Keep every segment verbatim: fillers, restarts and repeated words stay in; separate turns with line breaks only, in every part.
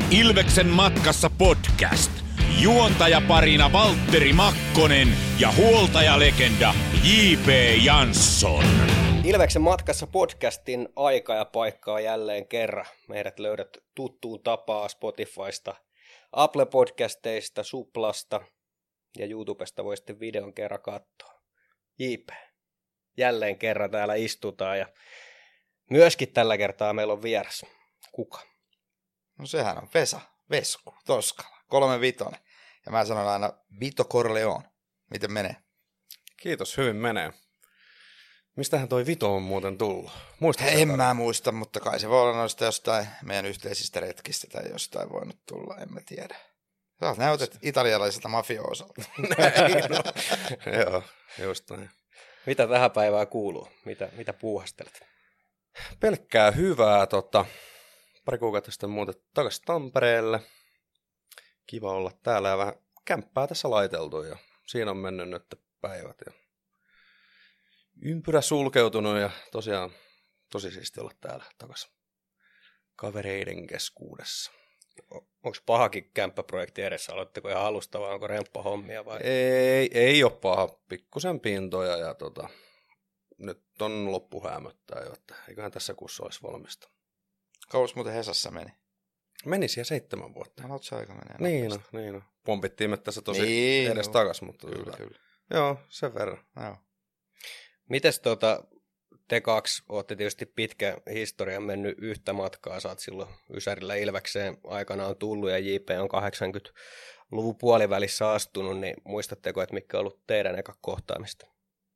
Ilveksen matkassa podcast. Juontajaparina Valtteri Makkonen ja huoltajalegenda J P Jansson.
Ilveksen matkassa podcastin aika ja paikka on jälleen kerran. Meidät löydät tuttuun tapaa Spotifysta, Apple Podcasteista, Suplasta ja YouTubesta voi sitten videon kerran katsoa. J P, jälleen kerran täällä istutaan ja myöskin tällä kertaa meillä on vieras. Kuka?
No sehän on Vesa, Vesku, Toskala, kolme vitonen. Ja mä sanon aina Vito Corleone. Miten menee?
Kiitos, hyvin menee. Mistähän toi Vito on muuten tullut? Muistatko?
En mä muista, mutta kai se voi olla noista jostain meidän yhteisistä retkistä tai jostain voinut tulla, en mä tiedä. Sä oot näytet italialaiselta mafioosalta.
no. Joo, just näin.
Mitä tähän päivään kuuluu? Mitä, mitä puuhastelet?
Pelkkää hyvää. Tota, pari kuukautta sitten muutettu takaisin Tampereelle. Kiva olla täällä ja vähän kämppää tässä laiteltu ja siinä on mennyt nyt päivät. Ja ympyrä sulkeutunut ja tosiaan tosi siisti olla täällä takaisin kavereiden keskuudessa.
Onko pahakin kämppäprojekti edessä? Aloitteko ihan alusta vai onko remppahommia? Vai?
Ei, ei ole paha. Pikkusen pintoja ja tota, nyt on loppu häämöttää jo, että eiköhän tässä kuussa olisi valmista.
Kauas muuten Hesassa meni?
Meni siellä seitsemän vuotta.
No, se aika menee.
Niin no, niin no. Pompittiin me tässä tosi
niin,
edes
no.
takas, mutta
kyllä,
kyllä.
kyllä.
Joo, sen verran.
Joo.
Mites tuota, te kaksi olette tietysti pitkä historia mennyt yhtä matkaa, sä oot silloin Ysärillä Ilvekseen aikanaan tullut ja J P on kahdeksankymmentäluvun puolivälissä astunut, niin muistatteko, että mitkä on ollut teidän eka kohtaamista?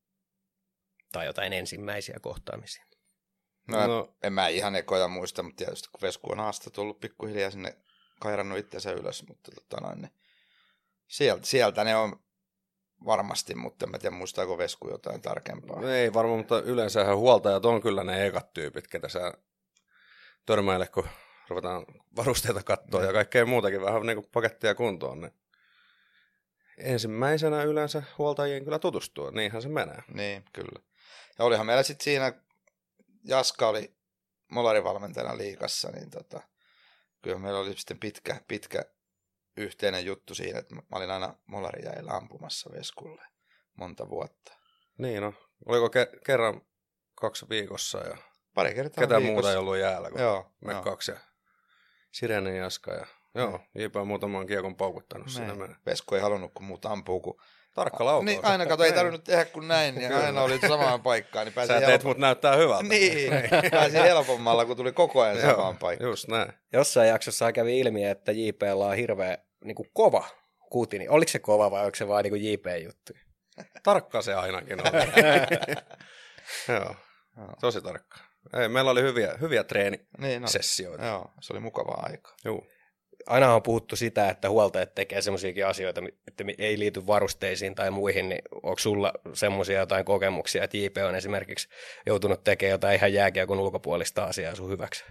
Tai jotain ensimmäisiä kohtaamisia?
No,
no
en mä ihan ekoja muista, mutta tietysti kun Vesku on Aasta tullut pikkuhiljaa sinne kairannut itsensä ylös, mutta tota noin, niin sieltä, sieltä ne on varmasti, mutta en mä tiedä muistaako Vesku jotain tarkempaa.
Ei varmaan, mutta yleensähän huoltajat on kyllä ne ekat tyypit, ketä sä törmäile, kun ruvetaan varusteita katsoa ja kaikkea muutakin vähän niin kuin pakettia kuntoon. Niin ensimmäisenä yleensä huoltajien kyllä tutustua, niinhän se menee.
Niin, kyllä. Ja olihan meillä sitten siinä, Jaska oli molarivalmentajana liigassa, niin tota, kyllä meillä oli sitten pitkä, pitkä yhteinen juttu siinä, että mä olin aina molarijäillä ampumassa Veskulle monta vuotta.
Niin no, oliko ke- kerran kaksi viikossa ja
pari kertaa
ketään
viikossa.
muuta ei ollut jäällä kuin
joo,
me
joo.
kaksi ja Sirenen Jaska ja joo, J P on muutaman kiekon paukuttanut siinä menee.
Vesku ei halunnut kun muut ampuu, kun
tarkka laukaus.
Niin, aina kato, ei tarvinnut tehdä kuin näin, niin aina oli samaan paikkaan. Niin
sä
helpom...
teet mut näyttää hyvältä.
Niin, pääsi helpommalla, kun tuli koko ajan samaan paikkaan.
Just näin.
Jossain jaksossa kävi ilmi, että J P:llä on hirveä niin kuin kova kuti. Niin oliko se kova vai onko se vaan niin kuin J P-juttu?
Tarkka se ainakin on. Joo, tosi tarkka. Ei, meillä oli hyviä, hyviä treenisessioita.
Niin, no, joo, se oli mukavaa aikaa.
Joo.
Aina on puhuttu sitä, että huoltajat tekee semmoisiakin asioita, että ei liity varusteisiin tai muihin, niin onko sulla semmoisia jotain kokemuksia, että J P on esimerkiksi joutunut tekemään jotain ihan jääkiekon ulkopuolista asiaa sun hyväksi?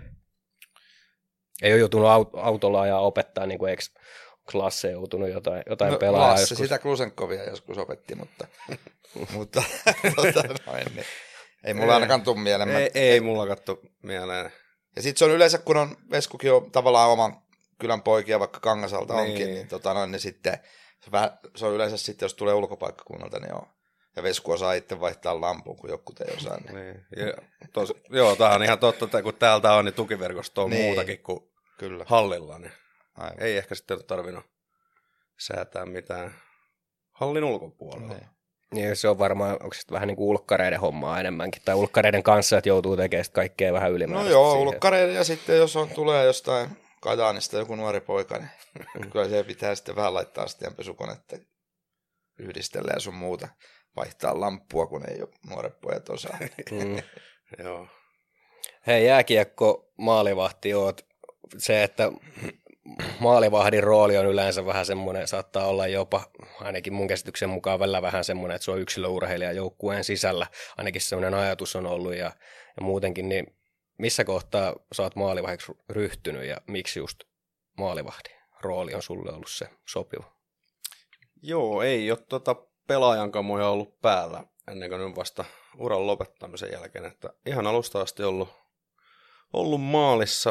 Ei ole joutunut aut- autolla ajaa opettaa, niin kuin eikö Lasse joutunut jotain, jotain
no,
pelaa
Lasse
joskus?
sitä Klusenkovia joskus opetti, mutta, mutta tota, noin, niin. Ei mulla ainakaan tule mieleen.
Ei, ei, ei mulla kattu mieleen.
Ja sitten se on yleensä, kun on Veskukin on tavallaan oman kylän poikia, vaikka Kangasalta
niin.
onkin, niin, tota noin, niin sitten se, vähän, se on yleensä sitten, jos tulee ulkopaikkakunnalta, niin joo. Ja Vesku osaa itse vaihtaa lampuun, kun joku ei osaa. Niin.
Niin. Ja, tos, joo, tämä on ihan totta, että kun täältä on, niin tukiverkosto on
niin.
muutakin kuin
Kyllä.
hallilla. Niin
Aivan.
ei ehkä sitten ole tarvinnut säätää mitään hallin ulkopuolella.
Niin.
Niin, se on varmaan, onko se vähän niin kuin ulkkareiden hommaa enemmänkin, tai ulkkareiden kanssa, että joutuu tekemään kaikkea vähän ylimääräistä.
No joo,
siihen.
ulkkareiden ja sitten jos on, tulee jostain Kajaanista joku nuori poika, niin kyllä se pitää sitten vähän laittaa astianpesukonetta yhdistellä ja sun muuta. Vaihtaa lamppua, kun ei ole nuoret pojat osaa.
Mm.
Joo.
Hei, jääkiekko maalivahti oot. Se, että maalivahdin rooli on yleensä vähän semmoinen, saattaa olla jopa, ainakin mun käsityksen mukaan välillä vähän semmoinen, että se on yksilöurheilija joukkueen sisällä. Ainakin semmoinen ajatus on ollut ja, ja muutenkin, niin missä kohtaa sä oot maalivahdiksi ryhtynyt ja miksi just maalivahdin rooli on sulle ollut se sopiva?
Joo, ei ole tota pelaajan kamoja ollut päällä ennen kuin nyt vasta uran lopettamisen jälkeen, että ihan alusta asti ollut, ollut maalissa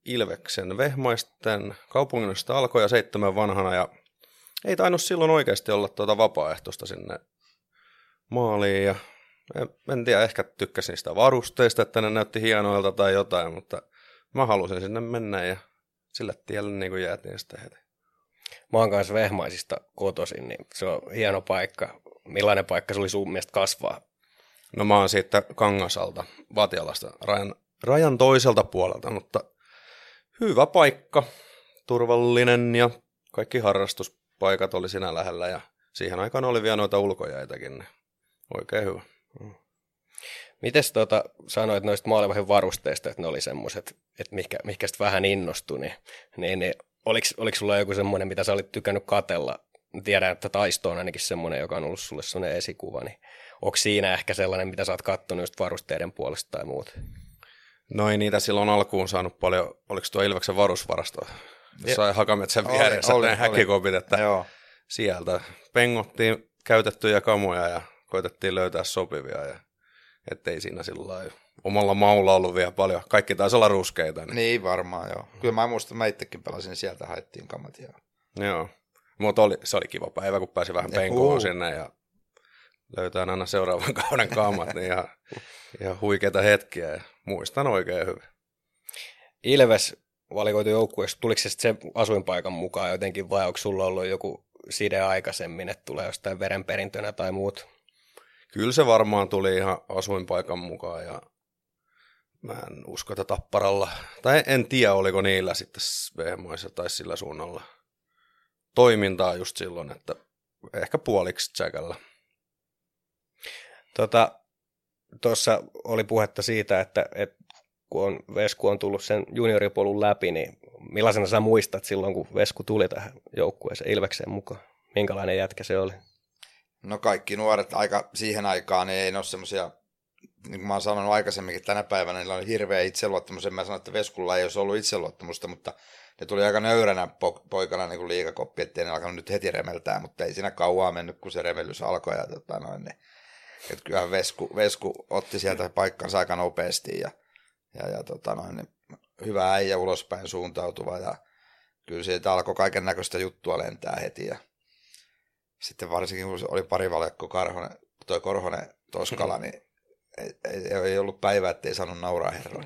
Ilveksen vehmaisten kaupunginnosta alkoi ja seitsemän vanhana ja ei tainnut silloin oikeasti olla tuota vapaaehtoista sinne maaliin ja en, en tiedä, ehkä tykkäsin sitä varusteista, että ne näytti hienoilta tai jotain, mutta mä halusin sinne mennä ja sillä tiellä niin kuin jäätiin sitten heti.
Mä oon kanssa Vehmaisista kotoisin, niin se on hieno paikka. Millainen paikka se oli sun mielestä kasvaa?
No mä oon siitä Kangasalta, Vatialasta, rajan, rajan toiselta puolelta, mutta hyvä paikka, turvallinen ja kaikki harrastuspaikat oli siinä lähellä ja siihen aikaan oli vielä noita ulkojäitäkin, niin oikein hyvä. Mm.
Mites tota, sanoit noista maalivahdin varusteista, että ne oli semmoiset, että mihinkä, mihinkä sitten vähän innostui, niin, niin, niin oliko, oliko sulla joku semmoinen, mitä sä olit tykännyt katella? Tiedän, että Taisto on ainakin semmoinen, joka on ollut sulle semmoinen esikuva, niin onko siinä ehkä sellainen, mitä sä oot kattonut just varusteiden puolesta tai muuta?
No ei niitä silloin alkuun saanut paljon, oliko tuo Ilveksen varusvarasto? Jossain Hakametsän vieressä ne häkkikopit, että Joo. sieltä pengottiin käytettyjä kamoja ja koitettiin löytää sopivia ja ettei siinä sillä omalla maulla ollut vielä paljon. Kaikki taisi olla ruskeita. Niin,
niin varmaan joo. Kyllä mä muistan, että mä itsekin pelasin, sieltä haettiin kamat. Ja...
Joo, mutta oli, se oli kiva päivä, kun pääsi vähän penkuun sinne ja löytää aina seuraavan kauden kamat. Niin ihan, ihan huikeita hetkiä ja muistan oikein hyvin.
Ilves valikoitu joukkueessa, tuliko se sitten se asuinpaikan mukaan jotenkin vai onko sulla ollut joku side aikaisemmin, että tulee jostain verenperintönä tai muut?
Kyllä se varmaan tuli ihan asuinpaikan mukaan ja mä en usko, että Tapparalla, tai en tiedä oliko niillä sitten Vehmaissa tai sillä suunnalla toimintaa just silloin, että ehkä puoliksi tsäkällä.
Tota, tuossa oli puhetta siitä, että, että kun on, Vesku on tullut sen junioripolun läpi, niin millaisena sä muistat silloin, kun Vesku tuli tähän joukkueeseen Ilvekseen mukaan? Minkälainen jätkä se oli?
No kaikki nuoret aika siihen aikaan niin ei ole semmoisia, niin kuin mä oon sanonut aikaisemminkin tänä päivänä, niillä on hirveä itseluottamus. En mä sano, että Veskulla ei olisi ollut itseluottamusta, mutta ne tuli aika nöyränä poikana niin kuin liigakoppi, ettei ne alkanut nyt heti remeltää, mutta ei siinä kauaa mennyt, kun se remellys alkoi. Ja, tota, noin, ne, että kyllähän Vesku, Vesku otti sieltä paikkansa aika nopeasti ja, ja, ja tota, noin, ne, hyvä äijä ulospäin suuntautuva ja kyllä siitä alkoi kaiken näköistä juttua lentää heti ja sitten varsinkin, kun oli parivaljakko Karhonen, toi Korhonen Toskala, niin ei, ei, ei ollut päivää, ettei saanut nauraa herroilla.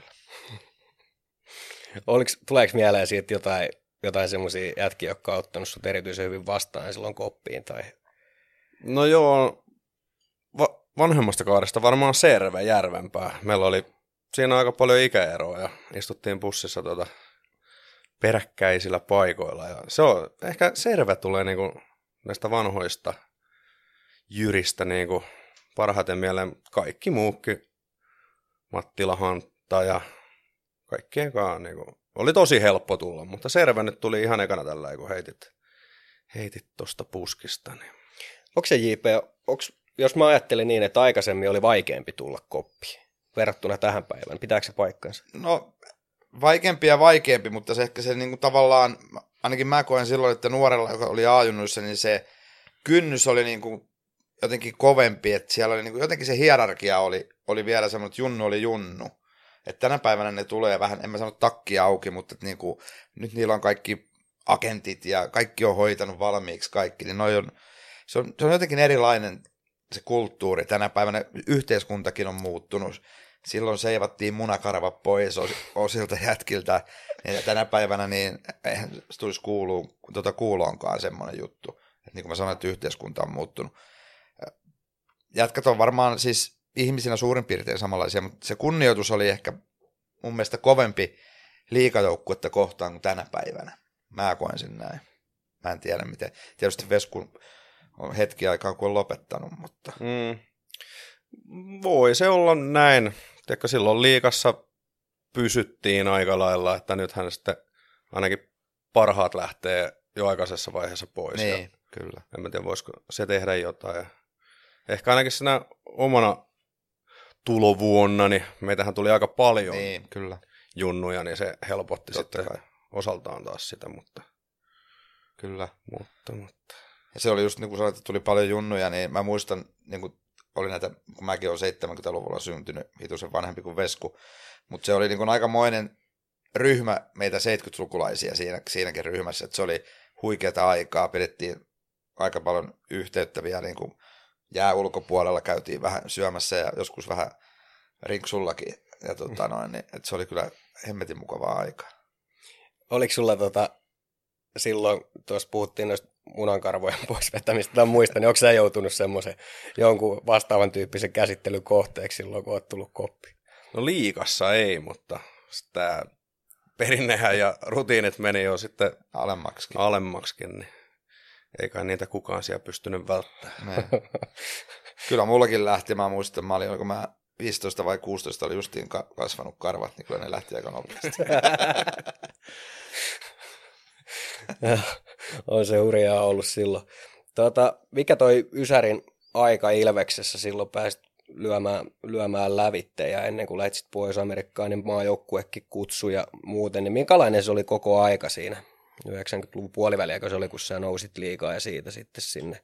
Oliko, tuleeko mieleen siitä jotain, jotain semmoisia jätkiä, jotka on ottanut sut erityisen hyvin vastaan silloin koppiin? Tai...
No joo, va- vanhemmasta kaudesta varmaan Serve Järvenpää. Meillä oli siinä aika paljon ikäeroa ja istuttiin bussissa tuota peräkkäisillä paikoilla. Ja se on, ehkä Serve tulee niinku näistä vanhoista jyristä niin kuin parhaiten mieleen kaikki muukin, Mattila Hantta ja kaikkien kanssa. Niin kuin, oli tosi helppo tulla, mutta Serve nyt tuli ihan ekana tällä, kun heitit, heitit tuosta puskista. Niin.
Onko se J P, onks, jos mä ajattelin niin, että aikaisemmin oli vaikeampi tulla koppiin verrattuna tähän päivään, pitääkö se paikkansa?
No vaikeampi ja vaikeampi, mutta se ehkä se niin kuin tavallaan, ainakin mä koen silloin, että nuorella, joka oli A-junnuissa, niin se kynnys oli niin kuin jotenkin kovempi, että siellä oli niin kuin, jotenkin se hierarkia oli, oli vielä semmoinen, että junnu oli junnu. Että tänä päivänä ne tulee vähän, en mä sano takki auki, mutta että niin kuin, nyt niillä on kaikki agentit ja kaikki on hoitanut valmiiksi kaikki, niin noi on, se, on, se on jotenkin erilainen se kulttuuri. Tänä päivänä yhteiskuntakin on muuttunut. Silloin seivattiin munakarvat pois osilta jätkiltä, ja tänä päivänä niin eihän se tulisi kuuluun, tuota kuuloonkaan semmoinen juttu. Et niin kuin mä sanoin, että yhteiskunta on muuttunut. Jätkät on varmaan siis ihmisinä suurin piirtein samanlaisia, mutta se kunnioitus oli ehkä mun mielestä kovempi liigajoukkuetta kohtaan kuin tänä päivänä. Mä koen sen näin. Mä en tiedä miten. Tietysti Vesku on hetki aikaa, kun on lopettanut, mutta...
Mm. Voi se olla näin. Tiedätkö, silloin liigassa pysyttiin aika lailla, että nythän sitten ainakin parhaat lähtee jo aikaisessa vaiheessa pois.
Niin,
ja
kyllä.
En mä tiedä, voisiko se tehdä jotain. Ehkä ainakin siinä omana tulovuonna, niin meitähän tuli aika paljon
niin, kyllä.
junnuja, niin se helpotti
Totta
sitten
kai.
Osaltaan taas sitä, mutta...
Kyllä.
Mutta, mutta...
Ja se oli just niin kuin sanoit, että tuli paljon junnuja, niin mä muistan, niin kuin oli näitä, kun mäkin olen seitsemänkymmentäluvulla syntynyt, hitusen vanhempi kuin Vesku, mutta se oli niin kuin aikamoinen ryhmä meitä seitsemänkymmentälukulaisia siinä, siinäkin ryhmässä, että se oli huikeata aikaa, pidettiin aika paljon yhteyttä vielä niin kuin jää ulkopuolella, käytiin vähän syömässä ja joskus vähän rinksullakin, ja tota noin, niin, että se oli kyllä hemmetin mukavaa aikaa.
Oliko sulla tota, silloin, tuossa puhuttiin noista munankarvojen pois vetämistä tai muista, niin onko sä joutunut semmoisen jonkun vastaavan tyyppisen käsittelyn kohteeksi silloin, kun oot tullut koppiin?
No liigassa ei, mutta tämä perinnehän ja rutiinit meni jo sitten
alemmaksikin,
alemmaksikin niin eikä niitä kukaan siellä pystynyt välttämään.
Kyllä mullakin lähti, mä muistan, mä olin, oliko mä viisitoista vai kuusitoista oli justiin kasvanut karvat, niin kyllä ne lähti aika nopeasti.
On se hurjaa ollut silloin. Tuota, mikä toi Ysärin aika Ilveksessä silloin pääsit lyömään, lyömään lävitte ja ennen kuin lähdit Pohjois-Amerikkaan, niin maajoukkuekin kutsui ja muuten, niin minkälainen se oli koko aika siinä yhdeksänkymmentäluvun puoliväliä, kun se oli, kun sä nousit liigaa ja siitä sitten sinne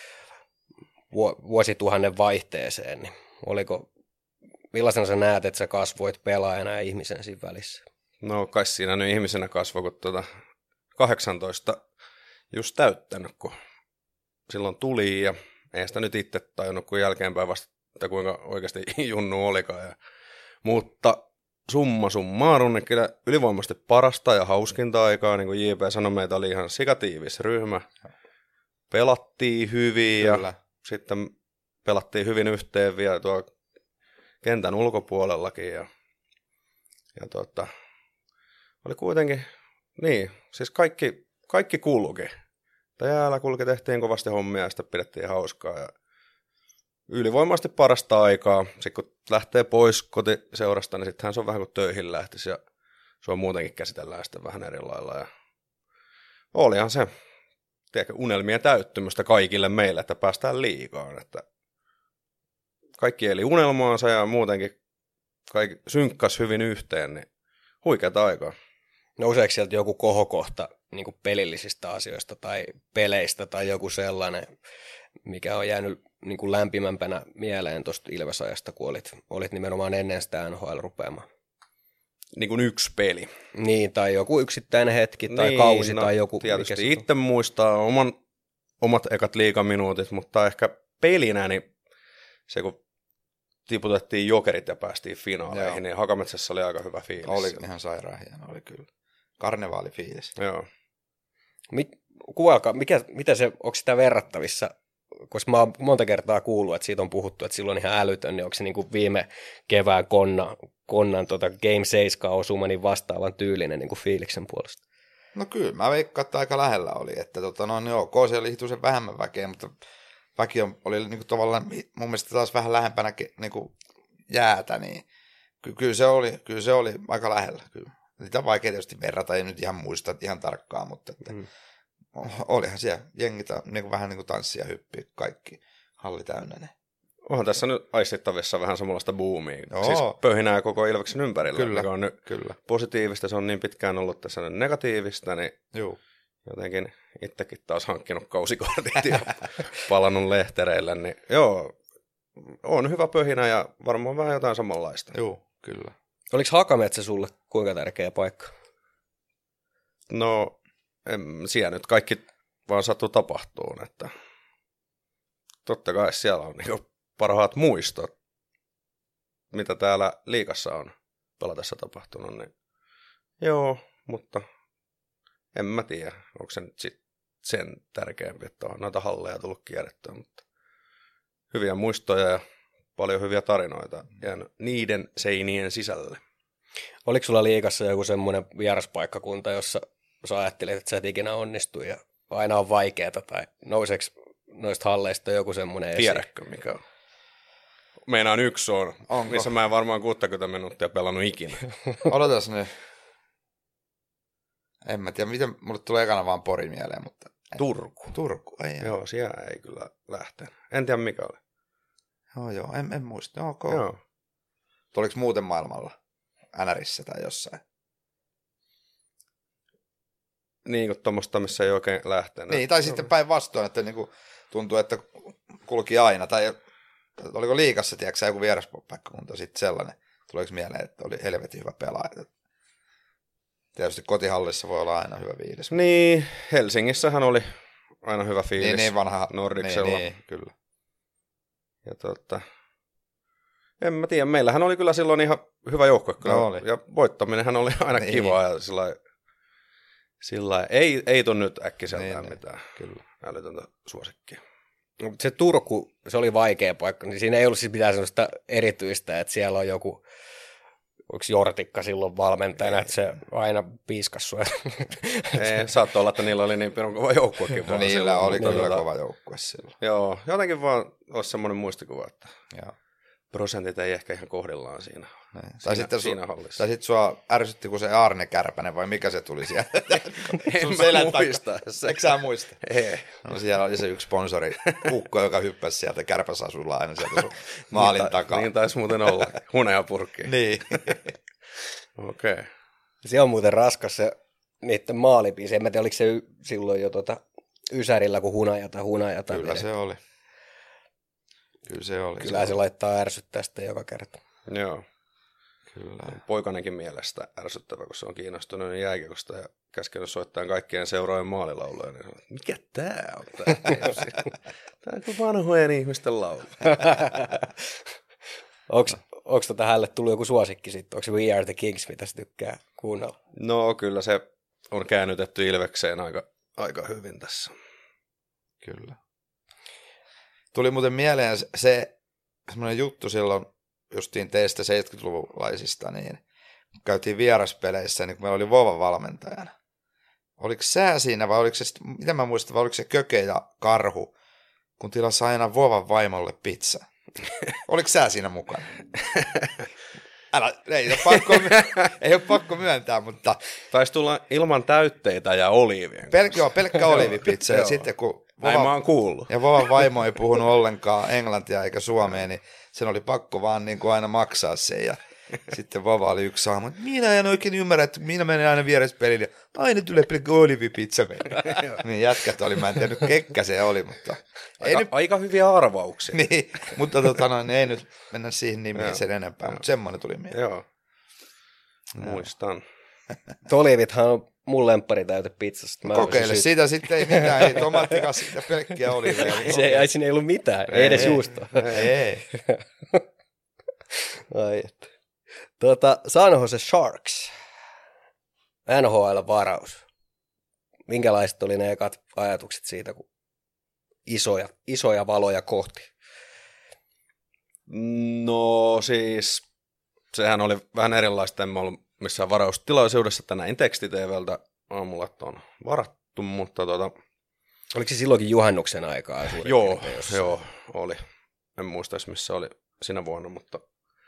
vuosituhannen vaihteeseen, niin oliko, millaisena sä näet, että sä kasvoit pelaajana ja ihmisen siinä välissä?
No kai siinä nyt ihmisenä kasvoi, kun tuota kahdeksantoista just täyttänyt, kun silloin tuli ja ei sitä nyt itse tajunnut, kun jälkeenpäin vasta, että kuinka oikeasti junnu olikaan. Ja, mutta summa summarum, niin kyllä ylivoimaisesti parasta ja hauskinta aikaa, niin kuin J P sanoi, meitä oli ihan sikatiivis ryhmä. Pelattiin hyvin kyllä. Ja sitten pelattiin hyvin yhteen vielä tuo kentän ulkopuolellakin. Ja, ja tuota, oli kuitenkin, niin, siis kaikki, kaikki kulki. Jäällä kulki, tehtiin kovasti hommia ja sitten pidettiin hauskaa. Ja ylivoimaisesti parasta aikaa. Sitten kun lähtee pois kotiseurasta, niin sittenhän se on vähän kuin töihin lähtisi ja se on muutenkin käsitellään sitten vähän eri lailla. Ja olihan se tiedätkö, unelmien täyttymystä kaikille meille, että päästään liigaan. Että kaikki eli unelmaansa ja muutenkin kaikki synkkas hyvin yhteen, niin huikeata aikaa.
Nouseeko sieltä joku kohokohta niin kuin pelillisistä asioista tai peleistä tai joku sellainen, mikä on jäänyt niin kuin lämpimämpänä mieleen tuosta Ilves-ajasta, kun olit, olit nimenomaan ennen sitä N H L-rupeamaan?
Niin kuin yksi peli.
Niin, tai joku yksittäinen hetki tai
niin,
kausi
no,
tai joku.
Tietysti itse muistaa oman, omat ekat liigaminuutit, mutta ehkä pelinä, niin se kun tiputettiin Jokerit ja päästiin finaaleihin, joo, niin Hakametsässä oli aika hyvä fiilis.
Oli ihan sairaan hieno, oli kyllä. Karnevaalifiilis.
Joo.
Mit, kuvailkaa, mikä, mitä se, onko sitä verrattavissa, koska mä oon monta kertaa kuullut, että siitä on puhuttu, että silloin ihan älytön, niin onko se niin kuin viime kevään konna, konnan tota Game seitsemän osuma niin vastaavan tyylinen niin kuin fiiliksen puolesta?
No kyllä, mä veikkaan, että aika lähellä oli, että tota, no niin ok, se oli hituisen vähemmän väkeä, mutta väki on, oli niin kuin tavallaan mun mielestä taas vähän lähempänä niin kuin jäätä, niin ky- kyllä se oli, kyllä se oli aika lähellä, kyllä. Niitä on vaikea tietysti verrata, ei nyt ihan muista ihan tarkkaan, mutta että mm. olihan siellä jengitä niin vähän niin kuin tanssia hyppiä, kaikki halli täynnä ne.
Onhan tässä nyt aistittavissa vähän samanlaista boomia, joo, siis pöhinää koko Ilveksen ympärillä,
kyllä,
mikä on nyt
kyllä.
Positiivista, se on niin pitkään ollut tässä negatiivista, niin
joo,
jotenkin itsekin taas hankkinut kausikortit ja palannut lehtereille, niin joo, on hyvä pöhinä ja varmaan vähän jotain samanlaista.
Joo, kyllä.
Oliko Hakametsä sulle kuinka tärkeä paikka?
No, en, siellä nyt kaikki vaan sattuu tapahtuun, että totta kai siellä on niin parhaat muistot, mitä täällä liigassa on pelatessa tapahtunut, niin joo, mutta en mä tiedä, onko se nyt sit sen tärkeämpi, että on noita halleja tullut kierrettyä, mutta hyviä muistoja ja paljon hyviä tarinoita jäänyt niiden seinien sisälle.
Oliko sulla liigassa joku semmoinen vieraspaikkakunta, jossa sä ajattelit, että sä et ikinä onnistu ja aina on vaikeaa, tai nouseeko noista halleista joku semmoinen esiin?
Tiedätkö mikä on? Meinaan yksi on, onko? Missä mä en varmaan kuusikymmentä minuuttia pelannut ikinä.
Odotas nyt. En mä tiedä, miten mulle tulee ekana vaan Pori mieleen, mutta...
Turku.
Turku, ei.
Joo, siellä ei kyllä lähtenyt. En tiedä mikä oli.
Joo, joo, en, en muista. Ok.
Joo.
Tuliko muuten maailmalla? N R:ssä tai jossain?
Niin kuin tuommoista, missä ei oikein lähtenyt.
Niin, tai sitten päinvastoin, että niinku tuntuu, että kulki aina. Tai oliko liigassa, tiedätkö joku vieraspaikkakunta, sitten sellainen. Tuleeko mieleen, että oli helvetin hyvä pelaaja? Tietysti kotihallissa voi olla aina hyvä fiilis.
Niin, Helsingissähän oli aina hyvä fiilis
Niin, niin vanha.
Nordicsella.
Niin, niin, kyllä.
Ja tota, en mä tiedä, meillähän oli kyllä silloin ihan hyvä joukkue kyllä.
No oli.
Ja voittaminenhan oli aina
niin.
kivaa ja sillä sillä ei, ei tule nyt äkkiseltään
Niin, niin,
mitään
kyllä.
älytöntä suosikkia.
No, se Turku, se oli vaikea paikka, niin siinä ei ollut siis mitään sellaista erityistä, että siellä on joku, onko Jortikka silloin valmentajana, että se aina piiskas sua.
Ei, saattoi olla, että niillä oli niin pirun kova joukkuekin.
No
vaan
niillä
silloin,
oli
mutta
kyllä
tota-
kova joukkue silloin.
Joo, jotenkin vaan olisi semmoinen muistikuva, että
Joo.
prosentit ei ehkä ihan kohdillaan siinä,
Niin. Tai,
siinä,
sitten
siinä
su-
hallissa.
tai sitten sua ärsytti, kun se Arne Kärpänen, vai mikä se tuli sieltä?
En
Sun
mä
selän takaa.
muista. Se-
Eikö sä muista?
Ei.
No siellä oli se yksi sponsori, ukko, joka hyppäsi sieltä kärpäsasulla aina sieltä sun maalin
niin,
takaa.
Niin taisi muuten olla. Hunajapurkki.
Niin.
Okei. Okay.
Se on muuten raskas se niiden maalipiisi. En mä tiedä, oliko se y- silloin jo tota Ysärillä, kun hunajata hunajata.
Kyllä se oli. Kyllä se oli.
Kyllä se laittaa ärsyttää sitten joka kerta.
Joo.
Kyllä.
Poikanenkin mielestä ärsyttävä, kun se on kiinnostunut niin jääkiekosta ja käskenyt soittamaan kaikkien seuraajien maalilauluja. Niin sanoo, mikä tää on tää? Tää on kuin vanhojen ihmisten laulu.
Onko tota hänelle tullut joku suosikki sitten? Onko se We Are the Kings, mitä se tykkää kuunnella?
No kyllä se on käännytetty Ilvekseen aika, aika hyvin tässä.
Kyllä. Tuli muuten mieleen se semmoinen juttu silloin justiin teistä seitsemänkymmentäluvulaisista, niin käytiin vieraspeleissä, niin kun meillä oli Vovan valmentajana. Oliko sä siinä vai oliko se, mitä mä muistan, vai oliko se Köke ja Karhu, kun tilasi aina Vovan vaimolle pizza? Oliko sä siinä mukana? Älä, ei, ole pakko, ei ole pakko myöntää, mutta
Taisi tulla ilman täytteitä ja oliivien.
pel, joo, pelkkä oliivipizza. Ja
Joo.
sitten kun
Näin mä
Vova,
oon kuullut.
ja Vovan vaimo ei puhunut ollenkaan englantia eikä suomea, niin sen oli pakko vaan niin kuin aina maksaa sen. Ja sitten Vova oli yksi aamu, että minä en oikein ymmärrä, että minä menen aina vierespeliin ja aina tulee pelkkä oliivipizza meille. Niin jätkät oli, mä en tiedä ketkä se oli, mutta ei
Aika,
nyt,
aika hyviä arvauksia.
niin, mutta tota noin, ei nyt mennä siihen nimiin sen enempää, mutta semmoinen tuli mieleen.
Joo. Muistan.
Tolivithan on mun lemppari täyte pizzasta. Mä
Kokeile
olisin
siitä sitten ei mitään, ei tomaattikas siitä pelkkiä oliiveja.
syy- Se ei, siinä ei ollut mitään, ei, ei edes juustoa.
Ei.
Ai, että. Tota, San Jose Sharks. N H L-varaus. Minkälaiset oli ne ekat ajatukset siitä, kun isoja, isoja valoja kohti?
No siis, sehän oli vähän erilaista, en mä ollut missään varaustilaisuudessa, että näin tekstiteeveltä aamulla, että on varattu, mutta tota,
Oliko se silloinkin juhannuksen aikaa? suurin
joo,
piirtein jossain?
joo, oli. En muista edes, missä oli sinä vuonna, mutta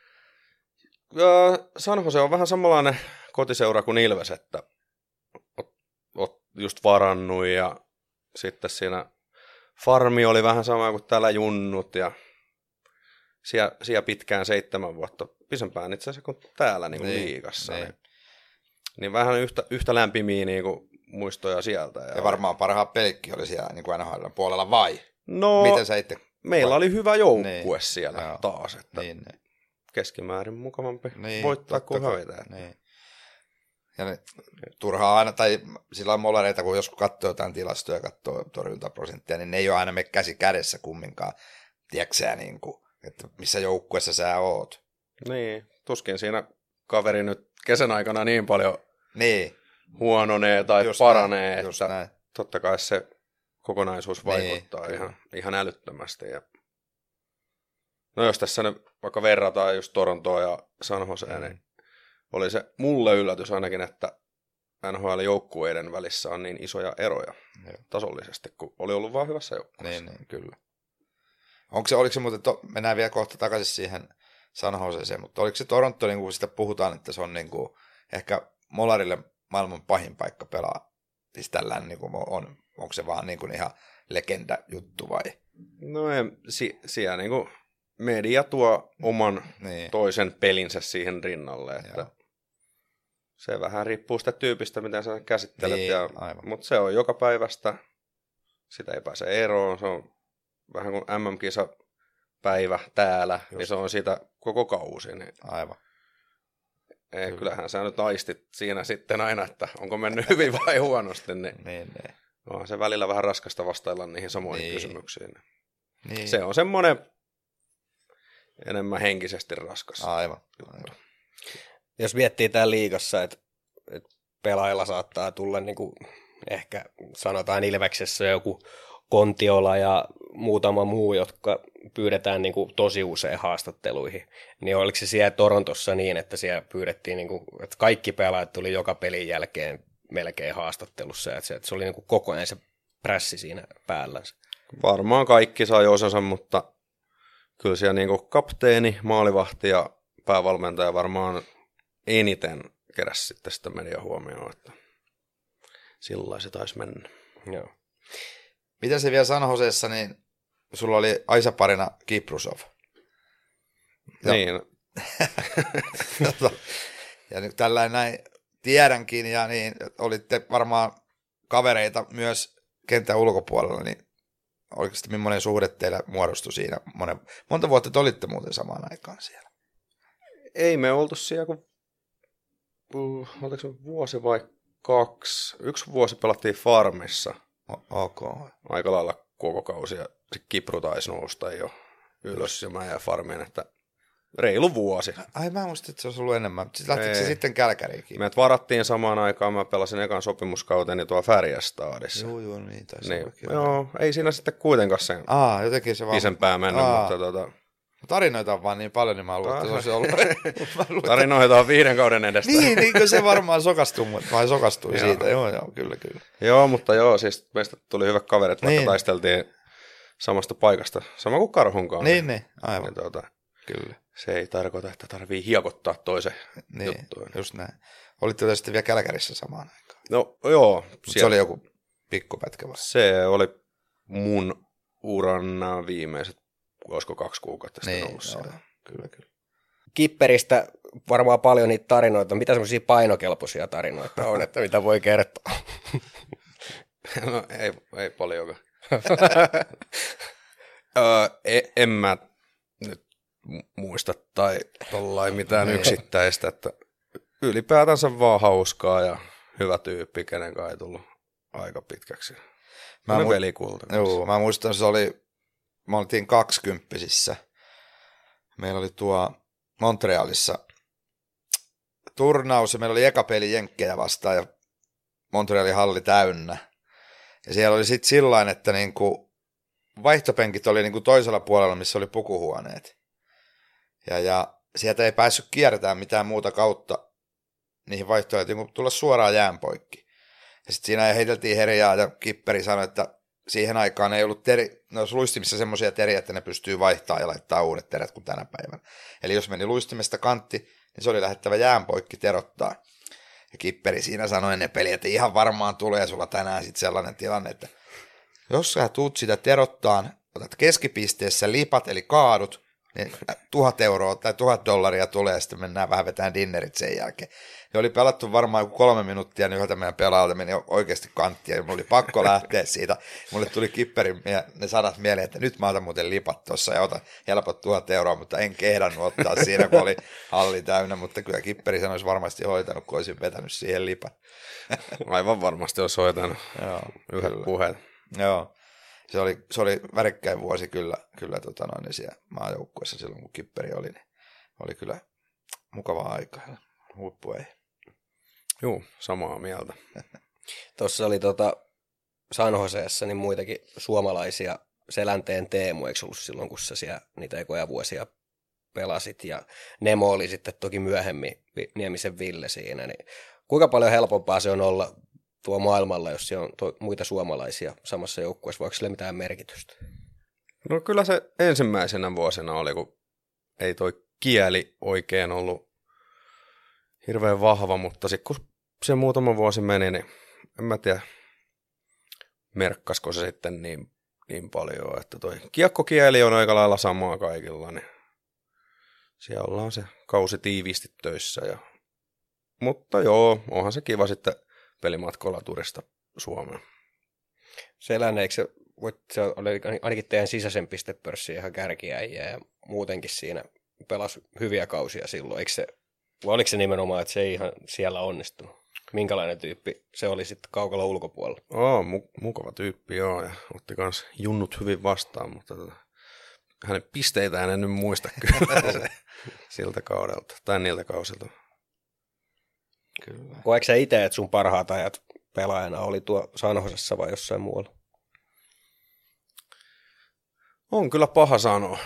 ja San Jose on vähän samanlainen kotiseura kuin Ilves, että oot, oot just varannut ja sitten siinä farmi oli vähän sama kuin täällä junnut ja siellä, siellä pitkään seitsemän vuotta, pisempään itse asiassa kuin täällä niin kuin
Niin,
liigassa.
niin.
Niin, niin vähän yhtä, yhtä lämpimiä niin kuin muistoja sieltä.
Ja varmaan parhaat pelikki oli siellä niin kuin N H L puolella, vai?
No,
Miten sä itse?
meillä oli hyvä joukkue
Niin,
siellä
joo.
taas, että
Niin, niin.
keskimäärin mukavampi
Niin,
voittaa
totta
kuin
kai.
hävitä.
Niin. Ja ne, turhaa aina, tai sillä on molereita, kun joskus katsoo jotain tilastoja ja katsoo torjuntaprosenttia, niin ne ei ole aina me käsi kädessä kumminkaan. Tiedätkö sä, niin kuin, että missä joukkueessa sä oot?
Niin, tuskin siinä kaveri nyt kesän aikana niin paljon
Niin,
huononee tai
just
paranee,
näin, just
että
näin.
totta kai se kokonaisuus vaikuttaa
Niin,
ihan, ihan älyttömästi. Ja no jos tässä nyt vaikka verrataan just Torontoa ja San Joseen,
Mm.
niin oli se mulle yllätys ainakin, että N H L-joukkueiden välissä on niin isoja eroja
Joo.
tasollisesti, kun oli ollut vaan hyvässä joukkueessa.
Niin, niin, kyllä. Onko se, oliko se muuten, to, mennään vielä kohta takaisin siihen San Joseeseen, mutta oliko se Toronto, niin kuin sitä puhutaan, että se on niin kuin, ehkä Molarille maailman pahin paikka pelaa, siis tällään niin kuin on, onko se vaan niin kuin ihan legenda juttu vai?
No ei, si, siellä niin kuin media tuo oman
Niin,
toisen pelinsä siihen rinnalle, että
Joo.
se vähän riippuu sitä tyypistä, miten sä käsittelet,
Niin,
ja,
aivan.
mutta se on joka päivästä, sitä ei pääse eroon, se on vähän kuin M M-kisa päivä täällä, Just. niin se on siitä koko kausi, niin
aivan.
Ei, Kyllä. Kyllähän sä nyt aistit siinä sitten aina, että onko mennyt hyvin vai huonosti. Niin,
niin, niin.
On se välillä vähän raskasta vastailla niihin samoihin niin. kysymyksiin.
Niin.
Se on semmoinen enemmän henkisesti raskas.
Aivan. Aivan.
Jos miettii täällä liigassa, että, että pelaajilla saattaa tulla niin kuin ehkä sanotaan Ilveksessä joku Kontiola ja muutama muu, jotka pyydetään niin kuin tosi usein haastatteluihin, niin oliko se siellä Torontossa niin, että siellä pyydettiin, niin kuin, että kaikki pelaajat tuli joka pelin jälkeen melkein haastattelussa, että se, että se oli niin kuin koko ajan se prässi siinä päällänsä.
Varmaan kaikki sai osansa, mutta kyllä siellä niin kuin kapteeni, maalivahti ja päävalmentaja varmaan eniten keräsi sitten sitä median huomioon, että sillä se taisi mennä.
Joo.
Miten se vielä San Joseessa, niin sulla oli Aisaparina Kiprusov. Ja,
niin.
ja nyt tällainen näin tiedänkin, ja niin olitte varmaan kavereita myös kentän ulkopuolella, niin oliko sitten millainen suhde teillä muodostui siinä? Monen, monta vuotta te olitte muuten samaan aikaan siellä?
Ei me oltu siellä, kun uh, oliko se vuosi vai kaksi? Yksi vuosi pelattiin Farmissa.
O- ok.
Aika lailla koko kausi, ja se Kipru taisi nousta jo ylös ja mä ja Farmiin, että reilu vuosi.
Ai mä muistin, että se olisi ollut enemmän. Siis lähtikö se sitten Kälkäriinkin?
Meidät varattiin samaan aikaan, mä pelasin ekan sopimuskauteni tuolla Färjestadissa.
Joo, joo, niin taisi
niin, joo, ei siinä sitten kuitenkaan sen
Aa, jotenkin se vaan...
isempää mennyt,
Aa.
mutta tota...
Tarinoita on vaan niin paljon, niin mä luulen, että se olisi ollut...
Tarinoita on viiden kauden edestä.
niin, niin kuin se varmaan sokastui, vai sokastui siitä. Joo, joo, kyllä, kyllä.
Joo, mutta joo, siis meistä tuli hyvät kaverit, vaikka
niin.
taisteltiin samasta paikasta. Sama kuin Karhunkaan.
Niin, niin, aivan.
Niin, tuota,
kyllä.
Se ei tarkoita, että tarvii hiekottaa toisen
niin,
juttuun.
Just näin. Olitte sitten vielä Kälkärissä samaan aikaan?
No joo.
Se oli joku pikkupätkä vai?
Se oli mun uran viimeiset, olisiko kaksi kuukautta sitten
niin,
ollut siellä.
Kyllä, kyllä.
Kipperistä varmaan paljon niitä tarinoita. Mitä semmoisia painokelpoisia tarinoita on, että mitä voi kertoa?
No ei, ei paljonkaan. öö, en, en mä nyt muista tai tollain mitään yksittäistä, että ylipäätänsä vaan hauskaa ja hyvä tyyppi, kenen kanssa ei tullut aika pitkäksi. Mä, mu- velikulta.
Joo, mä muistan, se oli, me oltiin kaksikymppisissä. Meillä oli tuo Montrealissa turnaus ja meillä oli eka peli Jenkkejä vastaan ja Montrealin halli täynnä. Ja siellä oli sitten sillain, että niinku vaihtopenkit oli niinku toisella puolella, missä oli pukuhuoneet. Ja, ja sieltä ei päässyt kiertämään mitään muuta kautta niihin vaihtoehtoihin, kuin tulla suoraan jään poikki. Ja sitten siinä heiteltiin herjaa ja Kipperi sanoi, että siihen aikaan ei ollut teri, no jos luistimissa semmoisia teriä, että ne pystyy vaihtamaan ja laittaa uudet terät kuin tänä päivänä. Eli jos meni luistimesta kantti, niin se oli lähettävä jään poikki terottaa. Ja Kipperi siinä sanoi ennen peliä, että ihan varmaan tulee sulla tänään sitten sellainen tilanne, että jos sä tuut sitä terottaan, otat keskipisteessä lipat eli kaadut, niin tuhat euroa tai tuhat dollaria tulee ja sitten mennään vähän vetään dinnerit sen jälkeen. Ja oli pelattu varmaan joku kolme minuuttia, niin yhdeltä meidän pelaajalta meni oikeasti kanttia ja mulla oli pakko lähteä siitä. Mulle tuli Kipperin ne sanat mieleen, että nyt mä otan muuten lipat tuossa ja otan helpot tuhat euroa, mutta en kehdannut ottaa siinä, kun oli halli täynnä, mutta kyllä Kipperi sen olisi varmasti hoitanut, kun olisin vetänyt siihen lipan.
Aivan varmasti olisi hoitanut yhden puheen.
Joo. Se oli, se oli värikkäin vuosi kyllä, kyllä tota noin, siellä maajoukkueessa silloin, kun Kipperi oli, niin oli kyllä mukavaa aikaa. Huippu ei.
Joo, samaa mieltä.
Tuossa oli tota San Joseessa niin muitakin suomalaisia. Selänteen Teemu, eikö ollut silloin, kun sä siellä niitä ekoja vuosia pelasit, ja Nemo oli sitten toki myöhemmin Niemisen Ville siinä, niin kuinka paljon helpompaa se on olla tuo maailmalla, jos siellä on to- muita suomalaisia samassa joukkueessa, voiko sille mitään merkitystä?
No kyllä se ensimmäisenä vuosina oli, kun ei toi kieli oikein ollut hirveän vahva, mutta sitten kun se muutama vuosi meni, niin en mä tiedä, merkkasko se sitten niin, niin paljon, että toi kiekkokieli on aika lailla samaa kaikilla, niin siellä ollaan se kausi tiiviisti töissä. Ja... Mutta joo, onhan se kiva sitten pelimatkoilla turista Suomeen.
Selänne, eikö se, se oli ainakin teidän sisäisen pistepörssin ihan kärkiäjiä ja muutenkin siinä pelasi hyviä kausia silloin, eikö se Vai oliko se nimenomaan, että se ei ihan siellä onnistunut? Minkälainen tyyppi se oli sitten kaukalon ulkopuolella?
Oo, mu- mukava tyyppi, joo, ja otti kans junnut hyvin vastaan, mutta tota, hänen pisteitään en nyt muista kyllä se, siltä kaudelta, tai niiltä kausilta.
Kyllä.
Koetko sä itse, että sun parhaat ajat pelaajana oli tuo San Josessa vai jossain muualla?
On kyllä paha sanoa.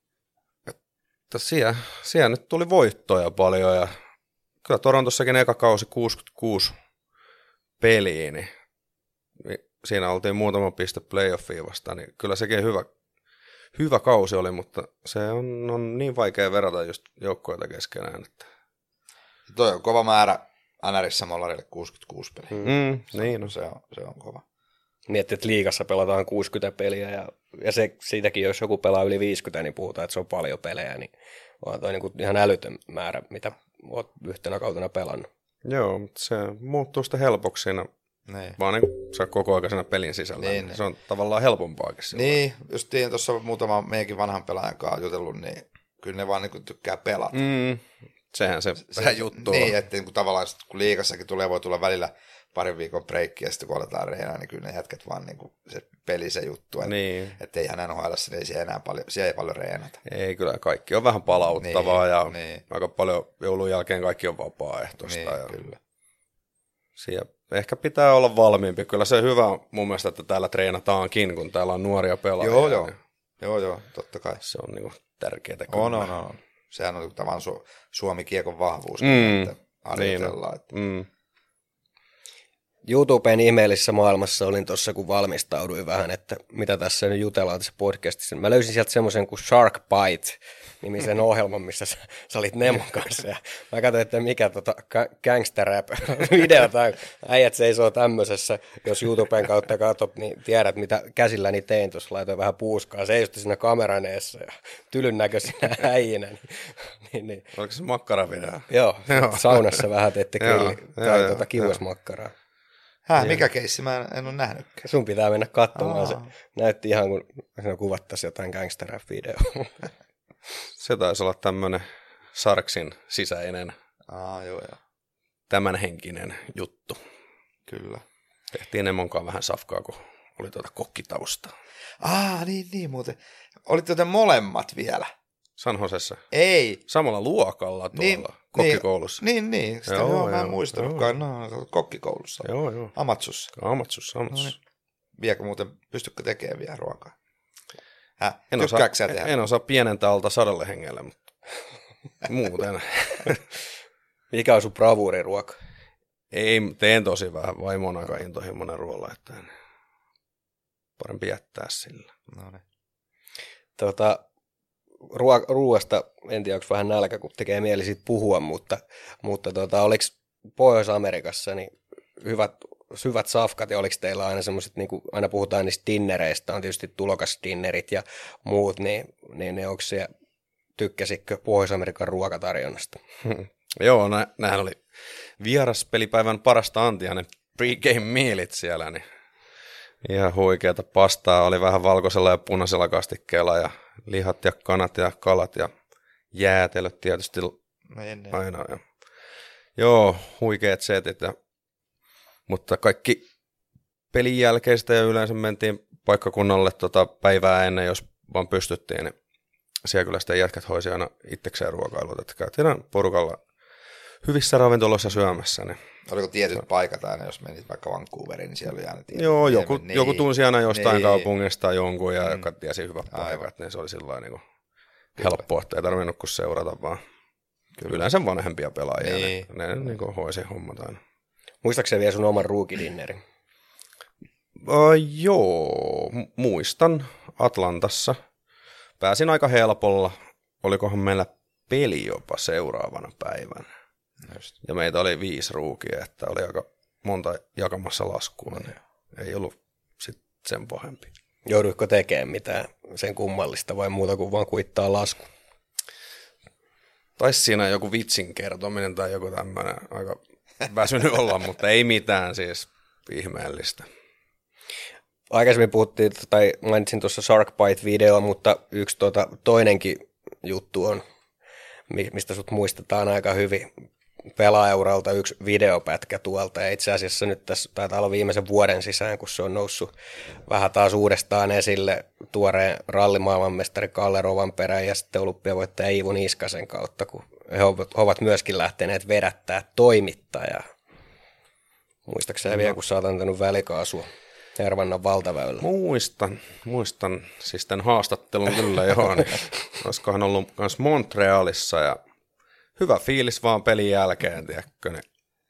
Että siellä, siellä nyt tuli voittoja paljon ja kyllä Torontossakin eka kausi kuusikymmentäkuusi peliä, niin siinä oltiin muutama piste playoffiin vastaan, niin kyllä sekin hyvä, hyvä kausi oli, mutta se on, on niin vaikea verrata just joukkoita keskenään. Että...
Toi on kova määrä N R:ssä Mollarille kuusikymmentäkuusi peliä.
Mm, niin on.
Se on, se on kova.
Miettii, että liigassa pelataan kuusikymmentä peliä ja, ja se, siitäkin, jos joku pelaa yli viisikymmentä, niin puhutaan, että se on paljon pelejä, niin on toi niin kuin ihan älytön määrä, mitä olet yhtenä kautena pelannut.
Joo, mutta se muuttuu sitä helpoksi siinä,
niin.
vaan niin se koko aikaisena pelin sisällä.
Niin,
niin. Se on tavallaan helpompaakin silloin.
Niin, justiin tuossa muutama meidänkin vanhan pelaajan kanssa jutellut, niin kyllä ne vaan niin tykkää pelata.
Mm, sehän se, se vähän juttu
Niin,
on.
että niin kuin tavallaan kun liigassakin tulee, voi tulla välillä parin viikon breikki, ja sitten kun aletaan reenaa, niin kyllä ne jätkät vaan niin kuin se peli se juttu. Että
Niin.
et ei hän N H L:ssä, niin ei siellä enää paljon, siellä ei paljon reenata.
Ei kyllä, kaikki on vähän palauttavaa
Niin,
ja
niin.
aika paljon joulun jälkeen kaikki on vapaaehtoista.
Niin,
ja
kyllä.
siellä ehkä pitää olla valmiimpi. Kyllä se hyvä mun mielestä, että täällä treenataankin, kun täällä on nuoria pelaajia.
Joo, joo.
Niin
Joo, joo, totta kai.
se on niinku tärkeää.
On, on, on. Sehän on tavallaan su- Suomi-kiekon vahvuus,
Mm,
että harjoitellaan. Että...
Mm.
YouTuben ihmeellisessä maailmassa olin tuossa, kun valmistauduin vähän, että mitä tässä nyt jutellaan tässä podcastissa. Mä löysin sieltä semmoisen kuin Shark Bite nimisen ohjelman, missä sä, sä olit Nemon kanssa. Ja mä katsoin, että mikä tota gangster rap video tai äijät seisoo tämmöisessä. Jos YouTuben kautta katsot, niin tiedät, mitä käsilläni tein. Tuossa laitoin vähän puuskaa. Seisti siinä kameran eessä ja tylyn näköisinä äijinä. Niin, niin, niin.
Oliko se makkaravideo?
Joo,
Joo.
saunassa vähän teitte
Joo,
grilli
joo,
tai
joo,
tuota
joo.
kiuasmakkaraa.
Hää, mikä keissi? Mä en, en ole nähnytkään.
Sun pitää mennä katsomaan. Se
Aa.
näytti ihan kuin siinä kuvattaisiin jotain gangster rap-videoa.
Se taisi olla tämmöinen Sarksin sisäinen
Aa, joo, joo.
tämänhenkinen juttu.
Kyllä.
Tehtiin Nemonkaan vähän safkaa, kun oli tuota kokkitausta.
Aa, niin, niin muuten. Olitte te molemmat vielä?
San Josessa.
Ei.
Samalla luokalla tuolla
Niin,
kokkikoulussa.
Niin, niin. Sitä
Joo,
joo, joo, mä en
joo,
muistanutkaan. No, kokkikoulussa.
Joo, joo.
Amatsussa.
Amatsus, amatsus.
No niin. Viekö muuten, pystytkö tekemään vielä ruokaa? Häh,
En osaa,
tykkääkö sä tehdä?
en osaa pienentää alta sadalle hengelle, mutta muuten.
Mikä on sun bravuuriruoka?
Ei, teen tosi vähän. Vaimo on aika intohimoinen ruoalla, että parempi jättää sillä.
No niin.
Tota, ruo- ruoasta, en tiedä, onko vähän nälkä, kun tekee mieli siitä puhua, mutta, mutta tota, oliko Pohjois-Amerikassa niin hyvät, hyvät safkat ja oliko teillä aina semmoiset, niin kuin aina puhutaan niistä dinnereistä, on tietysti tulokasdinnerit ja muut, niin, niin, niin onko se, tykkäsitkö Pohjois-Amerikan ruokatarjonnasta?
Hmm. Joo, nä, nämähän oli vieraspelipäivän parasta antia, ne pregame mealit siellä, niin ihan huikeata pastaa, oli vähän valkoisella ja punaisella kastikkeella ja lihat ja kanat ja kalat ja jäätelöt tietysti
No ennen.
aina. Ja, joo, huikeat setit, ja, mutta kaikki pelin jälkeistä ja yleensä mentiin paikkakunnalle tota päivää ennen, jos vaan pystyttiin, niin siellä kyllä sitten jätkät hoisi aina itsekseen ruokailut, että käytiin aina porukalla hyvissä ravintoloissa syömässä. Niin.
Oliko tietyt paikat aina, jos menit vaikka Vancouveriin, niin siellä oli aina tietyt.
Joo, joku,
niin.
joku tunsi aina jostain
niin.
kaupungista jonkun, ja
Mm.
joka tiesi hyvät
Aivan.
paikat, niin se oli sillä niin helppoa, että ei tarvinnut kuin seurata vaan Kyllä. yleensä vanhempia pelaajia.
Niin.
Ne, ne niin kuin hoisi hommat aina.
Muistaakseni vielä sun oman ruukidinnerin?
Uh, joo, mu- muistan Atlantassa. Pääsin aika helpolla. Olikohan meillä peli jopa seuraavana päivänä.
Just.
Ja meitä oli viisi ruukia, että oli aika monta jakamassa laskua. Niin ei ollut sit sen pahempi.
Jouduitko tekemään mitään sen kummallista vai muuta kuin vaan kuittaa lasku?
Taisi siinä joku vitsin kertominen tai joku tämmöinen aika väsynyt olla, mutta ei mitään siis ihmeellistä.
Aikaisemmin puhuttiin, tai mainitsin tuossa Shark Bite-videoa, mutta yksi tuota, toinenkin juttu on mistä sut muistetaan aika hyvin pelaajauralta yksi videopätkä tuolta. Ja itse asiassa nyt tässä taitaa olla viimeisen vuoden sisään, kun se on noussut vähän taas uudestaan esille tuoreen rallimaailmanmestari Kalle Rovanperän ja sitten olympiavoittaja Iivo Niskasen kautta, kun he ovat myöskin lähteneet vedättää toimittajaa. Muistaakseni no. vielä, kun sä oot antanut välikaasua Hervannan valtaväylällä?
Muistan, muistan. Siis tämän haastattelun kyllä joo. Niin olisikohan ollut myös Montrealissa ja hyvä fiilis vaan pelin jälkeen, tiedätkö, niin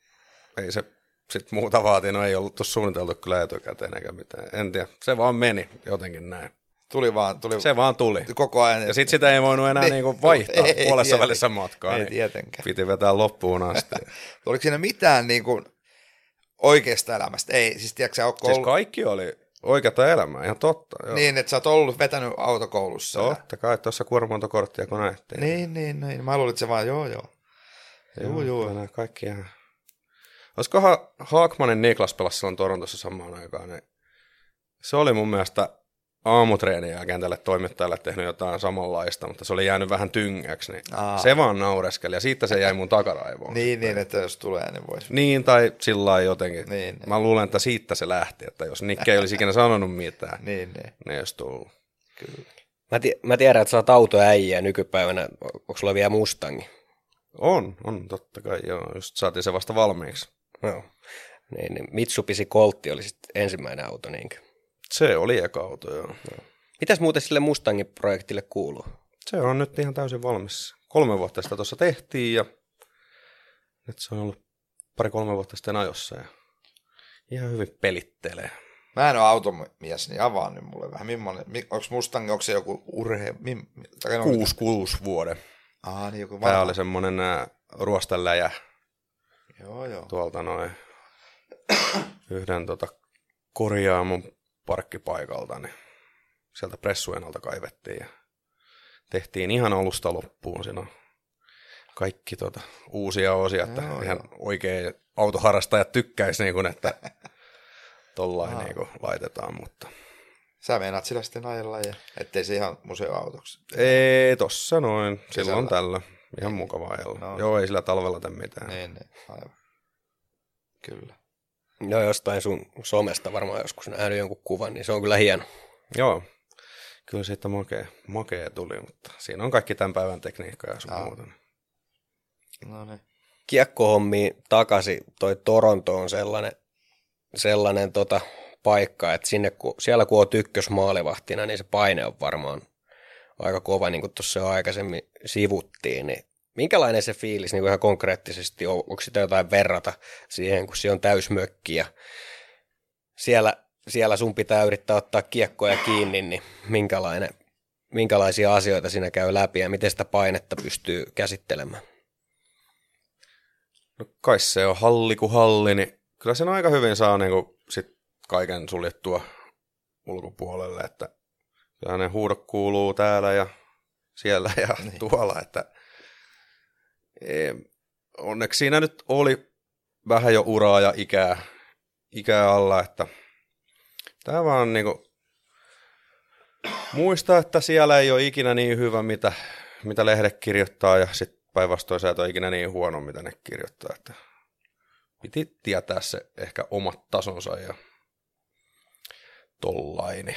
ei se sitten muuta vaati, no ei ollut suunniteltu kyllä etukäteen eikä mitään. En tiedä, se vaan meni jotenkin näin.
Tuli vaan, tuli.
Se vaan tuli.
Koko ajan.
Ja sitten sitä ei voinut enää niinku vaihtaa
ei,
puolessa
ei,
välissä matkaa.
Ei
niin
tietenkään.
piti vetää loppuun asti.
Oliko siinä mitään niinku oikeasta elämästä? Ei, siis tiedätkö sä,
Siis ollut... kaikki oli oikeata elämää, ihan totta. Joo.
Niin, että sä oot ollut vetänyt autokoulussa.
Totta kai, tuossa kuorma-autokorttia kun näettiin.
Niin, niin, niin. Mä luulin, että se vaan joo, joo. Joo, joo.
joo. Kaikki ihan... Olisikohan Haakmanin Niklas pelasi silloin Torontossa samaan aikaan, niin se oli mun mielestä aamutreenin jälkeen tälle toimittajalle tehnyt jotain samanlaista, mutta se oli jäänyt vähän tyngäksi, niin Aa. se vaan naureskeli ja siitä se jäi mun takaraivoon.
niin, niin, että jos tulee, niin voisi.
Niin, tai sillä lailla jotenkin.
Niin,
Mä luulen, että siitä se lähti, että jos Nikke ei olisi ikinä sanonut mitään,
niin, niin.
niin olisi tullut.
Kyllä.
Mä, t- mä tiedän, että sä oot autoäijä nykypäivänä. Onko sulla vielä Mustangi?
On, on totta kai, joo. Just saatiin se vasta valmiiksi.
Joo. Niin, niin Mitsubishi Coltti oli sitten ensimmäinen auto, niinkö?
Se oli eka auto, joo. joo.
Mitäs muuten sille Mustangin projektille kuuluu?
Se on nyt ihan täysin valmis. Kolme vuotta sitä tuossa tehtiin ja nyt se on ollut pari-kolme vuotta sitten ajossa ja ihan hyvin pelittelee.
Mä en ole automies, niin avaa nyt mulle vähän. Millainen, onko Mustang, onko se joku urhe... Mim,
kuusi, kuusi vuoden.
Aha, niin joku
Tämä oli semmoinen ruosteläjä.
Joo, joo.
Tuolta noin yhden tota, korjaamon parkkipaikalta, niin sieltä pressujen alta kaivettiin ja tehtiin ihan alusta loppuun. Siinä on kaikki tota, uusia osia, että joo, ihan joo. Oikein autoharrastajat tykkäisi, niin kuin, että tollain niin kuin laitetaan, mutta...
Sä meinaat sillä sitten ajella, ja ettei se ihan museoautoksi?
Ei, tossa noin. Silloin tällä. Ihan mukava ajella. No. Joo, ei sillä talvella tee mitään.
Niin, niin. Aivan. Kyllä.
No jostain sun somesta varmaan joskus nähnyt jonkun kuvan, niin se on kyllä hieno.
Joo. Kyllä siitä makea, makea tuli, mutta siinä on kaikki tämän päivän tekniikka ja sun muuta.
No niin.
Kiekkohommiin takaisin. Toi Toronto on sellainen, sellainen tota, paikka, että sinne, kun, siellä kun oot ykkösmaalivahtina, niin se paine on varmaan aika kova, niin kuin tuossa jo aikaisemmin sivuttiin. Niin minkälainen se fiilis niin kuin ihan konkreettisesti on? Onko sitä jotain verrata siihen, kun se on täysmökki ja siellä, siellä sun pitää yrittää ottaa kiekkoja kiinni, niin minkälainen, minkälaisia asioita siinä käy läpi ja miten sitä painetta pystyy käsittelemään?
No kai se on halli kuin halli, niin kyllä sen aika hyvin saa niin kuin sit kaiken suljettua ulkopuolelle, että kyllä ne huudot kuuluu täällä ja siellä ja niin. Tuolla, että e, onneksi siinä nyt oli vähän jo uraa ja ikää, ikää alla, että tämä vaan niinku muistaa, että siellä ei ole ikinä niin hyvä, mitä, mitä lehdet kirjoittaa ja sitten päinvastoin sä et ole ikinä niin huono, mitä ne kirjoittaa, että piti tietää se ehkä omat tasonsa ja tollaini.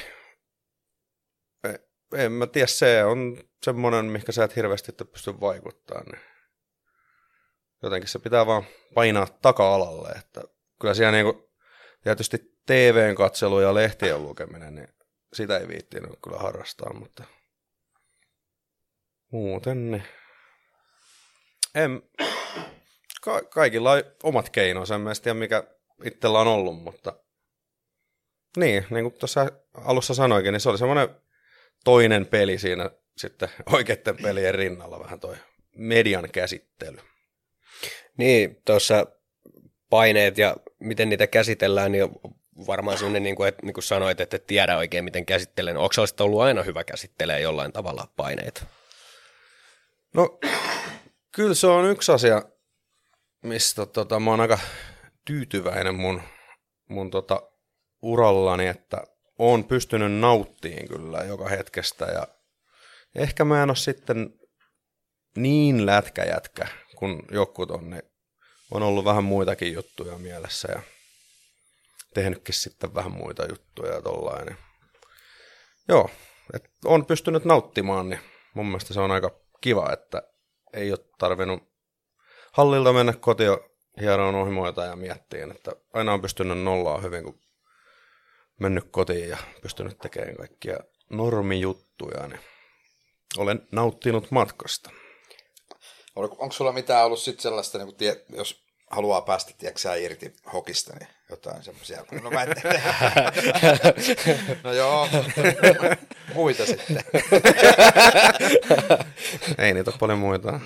En mä tiedä, se on semmoinen, mihinkä sä et hirveästi pysty vaikuttamaan. Niin jotenkin se pitää vaan painaa taka-alalle. Että kyllä siellä niinku, tietysti T V:n katselu ja lehtien lukeminen, niin sitä ei viittinyt kyllä harrastaa, mutta muuten niin. En, ka- kaikilla on omat keinonsa, en mä tiedä mikä itsellä on ollut, mutta niin, niin kuin tuossa alussa sanoikin, niin se oli semmoinen toinen peli siinä sitten oikeiden pelien rinnalla, vähän toi median käsittely.
Niin, tuossa paineet ja miten niitä käsitellään, niin varmaan sellainen, niin kuin, että, niin kuin sanoit, että et tiedä oikein miten käsittelen. Onko se ollut aina hyvä käsittelee jollain tavalla paineita?
No, kyllä se on yksi asia, mistä tota, mä oon aika tyytyväinen mun, mun tota, urallani, että oon pystynyt nauttimaan kyllä joka hetkestä ja ehkä mä en ole sitten niin lätkäjätkä kun jotkut on, niin on ollut vähän muitakin juttuja mielessä ja tehnytkin sitten vähän muita juttuja ja tollainen. Joo, et on pystynyt nauttimaan, niin mun mielestä se on aika kiva, että ei ole tarvinnut hallilta mennä kotiin hieroon ohimoita ja miettiin, että aina on pystynyt nollaa hyvin, kun mennyt kotiin ja pystynyt tekemään kaikkia normijuttuja, niin olen nauttinut matkasta.
Onko sulla mitään ollut sitten sellaista, niin tie, jos haluaa päästä tiedätkö, irti hokista, niin jotain semmoisia? No mä en No joo, muita sitten.
Ei niitä ole paljon muita.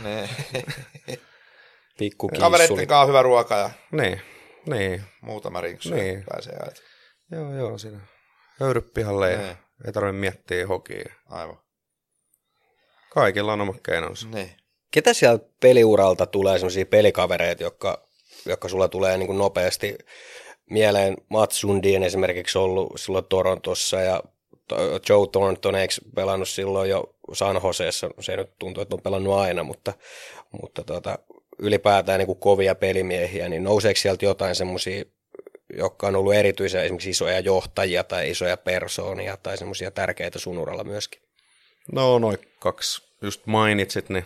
Pikku kiissuli.
Kavereitten kanssa hyvä ruoka ja
niin, niin.
muutama rinksu
niin.
pääsee ajat.
Joo, joo, siinä höyryt pihalle ja ei tarvitse miettiä hokia.
Aivan.
Kaikilla on omat keinonsa.
Niin.
Ketä sieltä peliuralta tulee sellaisia pelikavereita, jotka, jotka sulla tulee niin kuin nopeasti mieleen? Mats Sundin esimerkiksi ollut silloin Torontossa ja Joe Thornton eikö pelannut silloin jo San Joseessa? Se nyt tuntuu, että on pelannut aina, mutta, mutta tota, ylipäätään niin kuin kovia pelimiehiä, niin nouseeko sieltä jotain semmoisia, jotka on ollut erityisiä esimerkiksi isoja johtajia tai isoja persoonia tai semmoisia tärkeitä sun uralla myöskin?
No noin kaksi just mainitsit, niin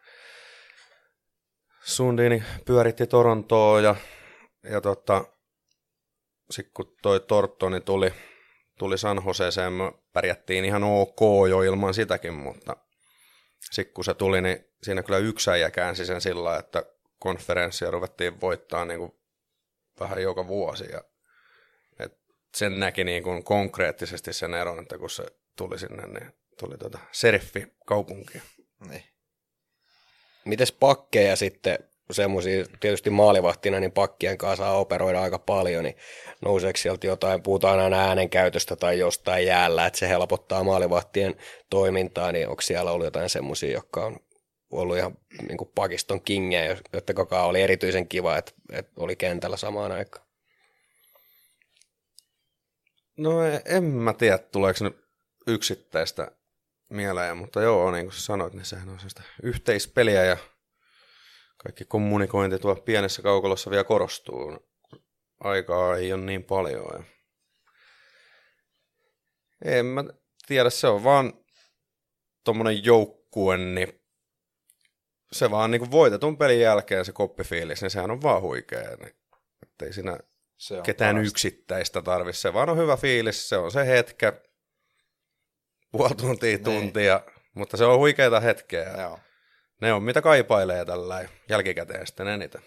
Sundini pyöritti Torontoa ja, ja tota, sitten kun toi Thorntoni tuli, tuli San Joseeseen, me pärjättiin ihan ok jo ilman sitäkin, mutta sitten kun se tuli, niin siinä kyllä yksi äijä käänsi sen sillä, että konferenssia ruvettiin voittaa niin kuin vähän joka vuosi ja et sen näki niin kuin konkreettisesti sen eron, että kun se tuli sinne, niin tuli tota seriffi kaupunkiin.
Niin.
Mites pakkeja sitten, semmoisia tietysti maalivahtina, niin pakkien kanssa saa operoida aika paljon, niin nouseeko sieltä jotain, puhutaan aina äänenkäytöstä tai jostain jäällä, että se helpottaa maalivahtien toimintaa, niin onko siellä ollut jotain semmoisia, jotka on ollut ihan niin kuin pakiston kingejä, jotta koko oli erityisen kiva, että, että oli kentällä samaan aikaan?
No en mä tiedä, tuleeko nyt yksittäistä mieleen, mutta joo, niin kuin sanoit, niin sehän on sellaista yhteispeliä ja kaikki kommunikointi tuolla pienessä kaukalossa vielä korostuu. Aikaa ei ole niin paljon. Ja en mä tiedä, se on vaan tommonen joukkue, niin se vaan niin kuin voitetun pelin jälkeen se koppifiilis, niin sehän on vaan huikea. Niin ettei siinä ketään parasta yksittäistä tarvitse. Se vaan on hyvä fiilis, se on se hetkä, puoli tuntia, tuntia, niin. Mutta se on huikeita hetkeä.
Joo.
Ne on mitä kaipailee tällä jälkikäteen sitten eniten.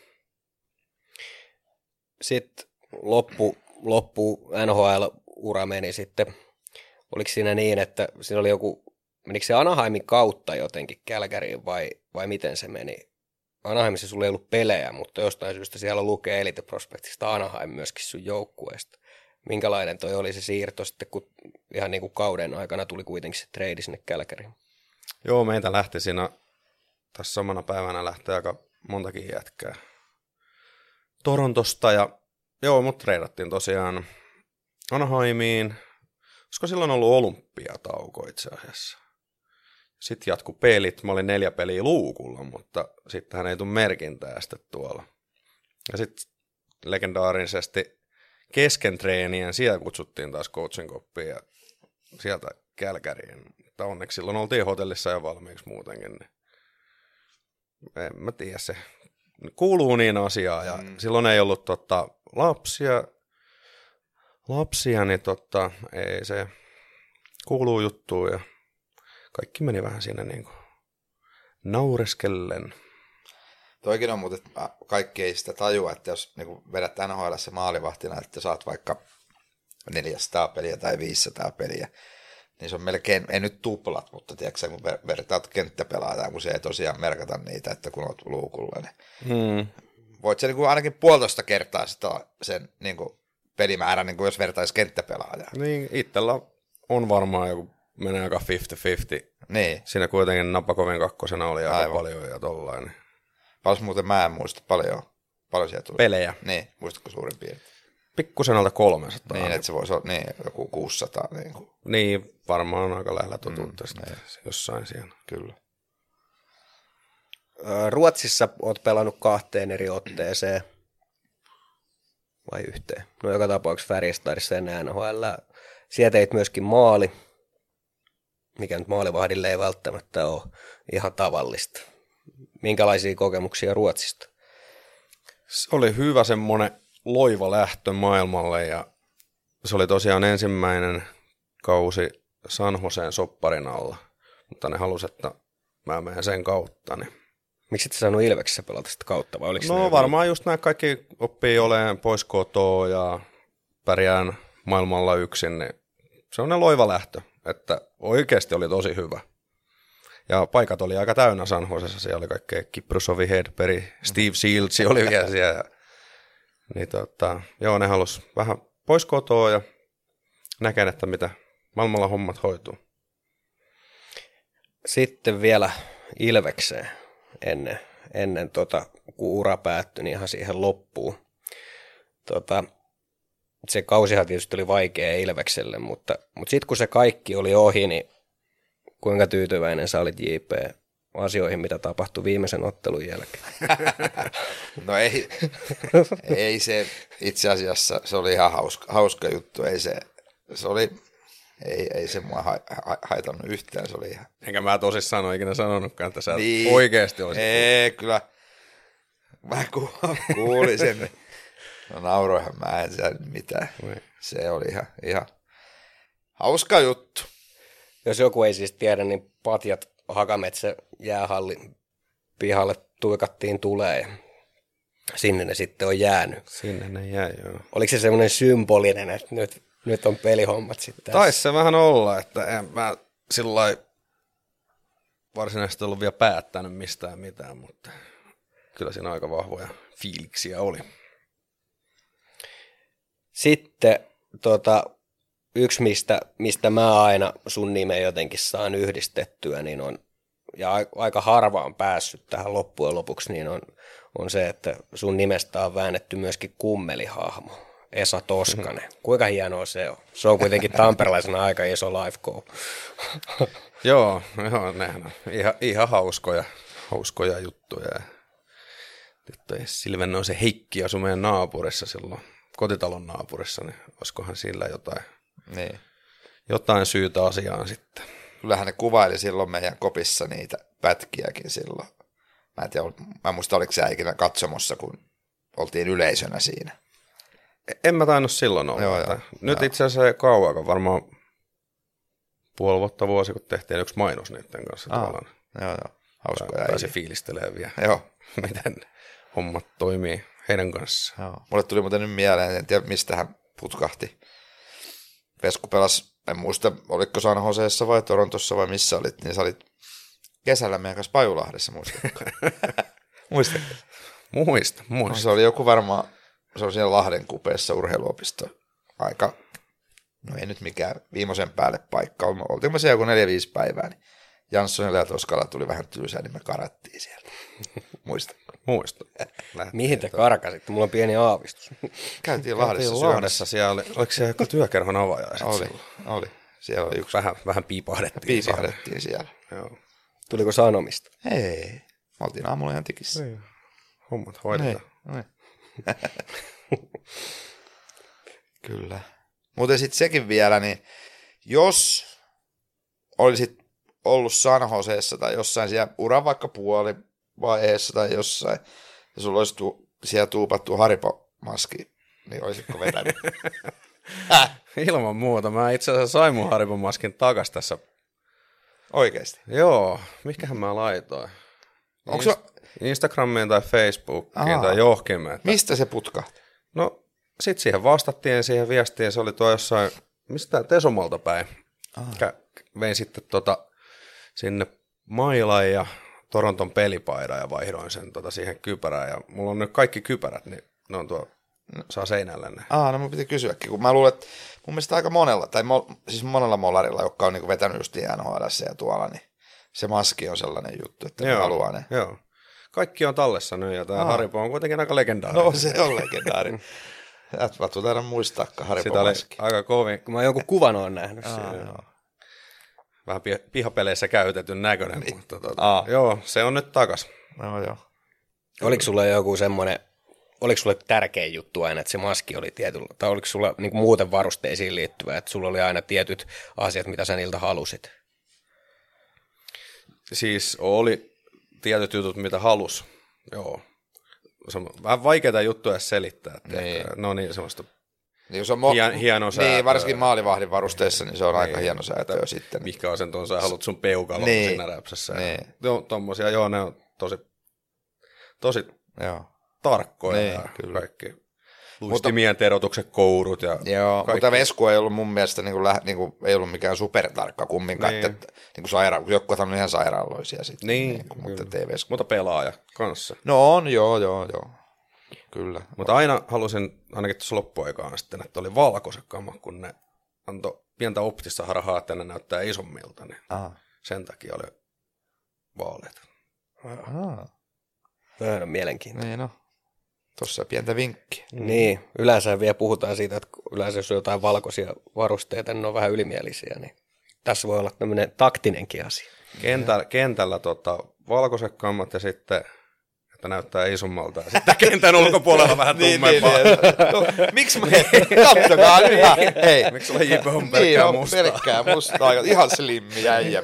Sitten loppu, loppu N H L-ura meni sitten. Oliko siinä niin, että siinä oli joku, menikö se Anaheimin kautta jotenkin Calgaryin vai, vai miten se meni? Anaheimissa sulla ei ollut pelejä, mutta jostain syystä siellä lukee Elite Prospectista Anaheim myöskin sun joukkueesta. Minkälainen toi oli se siirto sitten, kun ihan niin kuin kauden aikana tuli kuitenkin se trade sinne Calgaryin?
Joo, meitä lähti siinä, tässä samana päivänä lähti aika montakin jätkää Torontosta ja joo, mut treidattiin tosiaan Anaheimiin. Olisiko silloin ollut olympiatauko itse asiassa? Sitten jatku pelit. Mä olin neljä peliä luukulla, mutta sittenhän ei tule merkintää sitten tuolla. Ja sitten legendaarisesti kesken treenien siellä kutsuttiin taas coaching koppiin ja sieltä Calgaryin. Mutta onneksi silloin oltiin hotellissa ja valmiiksi muutenkin. Niin en mä tiedä, se kuuluu niin asiaa. Ja mm. silloin ei ollut tota, lapsia, lapsia, niin tota, ei se kuuluu juttuun ja kaikki meni vähän siinä niin kuin naureskellen.
Toikin on, mutta kaikki ei sitä tajua, että jos niin vedät N H L:ssä maalivahtina, että saat vaikka neljäsataa peliä tai viisisataa peliä, niin se on melkein, ei nyt tuplat, mutta tiedätkö, kun vertaat kenttäpelaajaa, kun se ei tosiaan merkata niitä, että kun olet luukulla, niin hmm. voit se niin kuin ainakin puolitoista kertaa sitä sen niin kuin pelimäärän, niin kuin jos vertaisi kenttäpelaajaa.
Niin, itsellä on varmaan joku, menee aika viisikymmentä viisikymmentä. Niin. Siinä kuitenkin Napakovin kakkosena oli aika Aivan. paljon ja tollainen.
Paljon muuten mä en muista paljon, paljon siellä tuli.
Pelejä.
Niin, muistatko suurin piirtein?
Pikkusen alta kolmesataa.
Niin, että se voisi olla niin, joku kuusisataa. Niin, kuin.
Niin, varmaan aika lähellä totuutta mm, sitten jossain siellä.
Kyllä.
Ruotsissa olet pelannut kahteen eri otteeseen. Vai yhteen? No joka tapauksessa Färjestadissa ja N H L. Sieltä teit myöskin maali, mikä nyt maalivahdille ei välttämättä ole ihan tavallista. Minkälaisia kokemuksia Ruotsista?
Se oli hyvä semmoinen loiva lähtö maailmalle ja se oli tosiaan ensimmäinen kausi San Joseen sopparin alla, mutta ne halusi, että mä menen sen kautta. Niin.
Miksi et sä saanut Ilveksessä pelata sitä kautta? Vai oliko
no varmaan just nämä kaikki oppii olemaan pois kotoa ja pärjään maailmalla yksin, niin se on ne loiva lähtö, että oikeasti oli tosi hyvä. Ja paikat oli aika täynnä San Josessa, siellä oli kaikkea Kiprusovi, Hedberg, Steve Shields oli vielä siellä. Niin tota, joo, ne halusi vähän pois kotoa ja näkeen, että mitä maailmalla hommat hoituu.
Sitten vielä Ilvekseen ennen, ennen tota, kun ura päättyi, niin ihan siihen loppuun. Tota, se kausihan tietysti oli vaikea Ilvekselle, mutta, mutta sitten kun se kaikki oli ohi, niin kuinka tyytyväinen sä olit J P asioihin, mitä tapahtui viimeisen ottelun jälkeen?
No ei, ei se itse asiassa, se oli ihan hauska, hauska juttu, ei se, se oli, ei, ei se mua ha, ha, haitannut yhtään, se oli ihan.
Enkä mä tosissaan ole ikinä sanonutkaan, että sä
niin,
oikeasti olisit.
Ei, kyllä, mä kuulin sen, no nauroihan mä en siellä mitään, se oli ihan, ihan hauska juttu.
Jos joku ei siis tiedä, niin patjat Hakametsä jäähallin pihalle tuikattiin tulee ja sinne ne sitten on jäänyt.
Sinne ne jäi, joo.
Oliko se semmoinen symbolinen, että nyt, nyt on pelihommat sitten?
Taisi se vähän olla, että en mä sillai varsinaisesti ollut vielä päättänyt mistään mitään, mutta kyllä siinä aika vahvoja fiiliksiä oli.
Sitten tota, yksi, mistä, mistä mä aina sun nimeä jotenkin saan yhdistettyä, niin on, ja aika harva on päässyt tähän loppujen lopuksi, niin on, on se, että sun nimestä on väännetty myöskin kummelihahmo, Esa Toskanen. Kuinka hienoa se on? Se on kuitenkin tamperelaisena aika iso life goal.
Joo, joo, nehän on ihan, ihan hauskoja, hauskoja juttuja. Nyt Silven on se Heikki asu meidän naapurissa silloin, kotitalon naapurissa, niin olisikohan sillä jotain.
Niin.
Jotain syytä asiaan sitten.
Kyllähän ne kuvaili silloin meidän kopissa niitä pätkiäkin silloin. Mä en tiedä, mä muista oliko se ikinä katsomossa, kun oltiin yleisönä siinä.
En mä tainnut silloin olla.
Joo, joo,
Nyt
joo.
itse asiassa kauan, varmaan puoli vuotta vuosi, kun tehtiin yksi mainos niiden kanssa.
Ah,
tavallaan.
joo, joo. Hauskoja.
Pääsi fiilistelemään vielä,
Joo.
miten hommat toimii heidän kanssaan.
Joo. Mulle tuli muuten nyt mieleen, en tiedä mistä hän putkahti. Vesku pelasi, en muista, oliko San Joseessa vai Torontossa vai missä olit, niin sä olit kesällä meidän kanssa Pajulahdessa, muistatko? Muistatko?
Muista, muista.
Se oli joku varmaan, se oli siellä Lahden kupeessa urheiluopisto. Aika, no ei nyt mikään viimeisen päälle paikka. Oltiin me siellä joku neljä viisi päivää, niin Janssonilla ja Toskalla tuli vähän tylsää, niin me karattiin sieltä. Muistatko?
Muista.
Mihin te karkasitte? Mulla on pieni aavistus.
Käytiin Lahdessa
Käytiin
syömässä.
Lahdessa, siellä oli, oliko siellä joku työkerhon avajaiset?
Oli,
silloin?
oli. Siellä oli yksi.
Vähän, vähän piipahdettiin.
Piipahdettiin siellä.
siellä. Joo.
Tuliko sanomista?
Ei, me oltiin aamulla ihan tikissä.
Ei. Hommat hoidetaan.
Ei, ei. Kyllä. Mutta sitten sekin vielä, niin jos olisit ollut San Joseessa tai jossain siellä uran vaikka puolivaiheessa tai jossain, ja sulla olisi tu- siellä tuupattu Haribo-maski, niin olisitko vetänyt?
Ilman muuta. Mä itse asiassa sain mun Haribon maskin takas tässä.
Oikeasti?
Joo, mikähän mä laitoin?
Onko se...
Instagramiin tai Facebookiin
Aa.
tai johonkin.
Mistä se putkahti?
No, sit siihen vastattiin siihen viestiin, se oli tuo jossain, mistä Tesomalta päin. Kä- vein sitten tota, sinne mailan ja Toronton pelipaidan ja vaihdoin sen tota siihen kypärään. Ja mulla on nyt kaikki kypärät, niin ne on tuo, saa seinälle ne.
Aa, no mun piti kysyäkin, kun mä luulen, että mun mielestä aika monella, tai mo, siis monella molarilla, jotka on niinku vetänyt just N H L:ssä ja tuolla, niin se maski on sellainen juttu, että ne haluaa ne.
Joo. Kaikki on tallessa nyt ja tämä
Aa.
Haribo on kuitenkin aika legendaarinen.
No se on legendaarinen. Et mä tuun muistaakaan
Sitä oli
Haribo-maski.
aika kovin.
Kun mä jonkun kuvan oon nähnyt
Aa,
siellä.
joo.
Vähän pi- pihapeleissä käytetyn näköinen,
Niin.
mutta tota,
Aa.
joo, se on nyt takas.
No joo.
Oliko sulla joku semmoinen, oliko sulle tärkeä juttu aina, että se maski oli tietyllä, tai oliko sulla niin kuin muuten varusteisiin liittyvä, että sulla oli aina tietyt asiat, mitä sä niiltä halusit?
Siis oli tietyt jutut, mitä halus, joo. Se on vähän vaikeita juttuja selittää,
Niin.
että no niin, semmoista
Niin, se on mo-
hien, hieno säätöä.
Niin, varsinkin maalivahdin varusteessa, niin se on
niin,
aika hieno säätöä sitten.
Mikä asentoon sä haluat sun peukaloon
Niin.
siinä räpsässä.
Niin.
Joo, tommosia, joo, ne on tosi, tosi
Joo.
tarkkoja
Niin,
ja
kyllä.
kaikki luistimien terotukset, kourut ja
Joo,
kaikki.
mutta Vesku ei ollut mun mielestä, niin kuin, lä- niin kuin, ei ollut mikään supertarkka kumminkaan,
Niin.
että niin kuin saira- joku on ihan sairaaloisia sitten.
Niin,
niin kuin, mutta
kyllä.
ei Vesku.
Mutta pelaaja kanssa.
No on, joo, joo, joo. Kyllä.
Mutta aina halusin, ainakin tuossa loppuaikaan sitten, että oli valkoiset kammat, kun ne antoi pientä optista harhaa, että ne näyttää isommilta, niin
Aha.
sen takia oli vaaleita.
Aha.
Tämä on mielenkiintoista.
Niin no. Tuossa pientä vinkkiä.
Mm. Niin, yleensä vielä puhutaan siitä, että yleensä jos on jotain valkoisia varusteita, niin ne on vähän ylimielisiä, niin tässä voi olla tämmöinen taktinenkin asia.
Kentällä, kentällä tota, valkoiset kammat ja sitten, että näyttää isommalta ja sitten kentän ulkopuolella vähän tummempaa.
niin, niin. No, miksi mä, kattokaa nyt ihan, hei.
Miksi sulla J P on
Niin
pelkkää
on,
mustaa?
pelkkää mustaa, ihan slimmi äijä.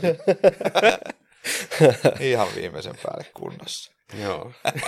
Ihan viimeisen päälle kunnossa.
Joo.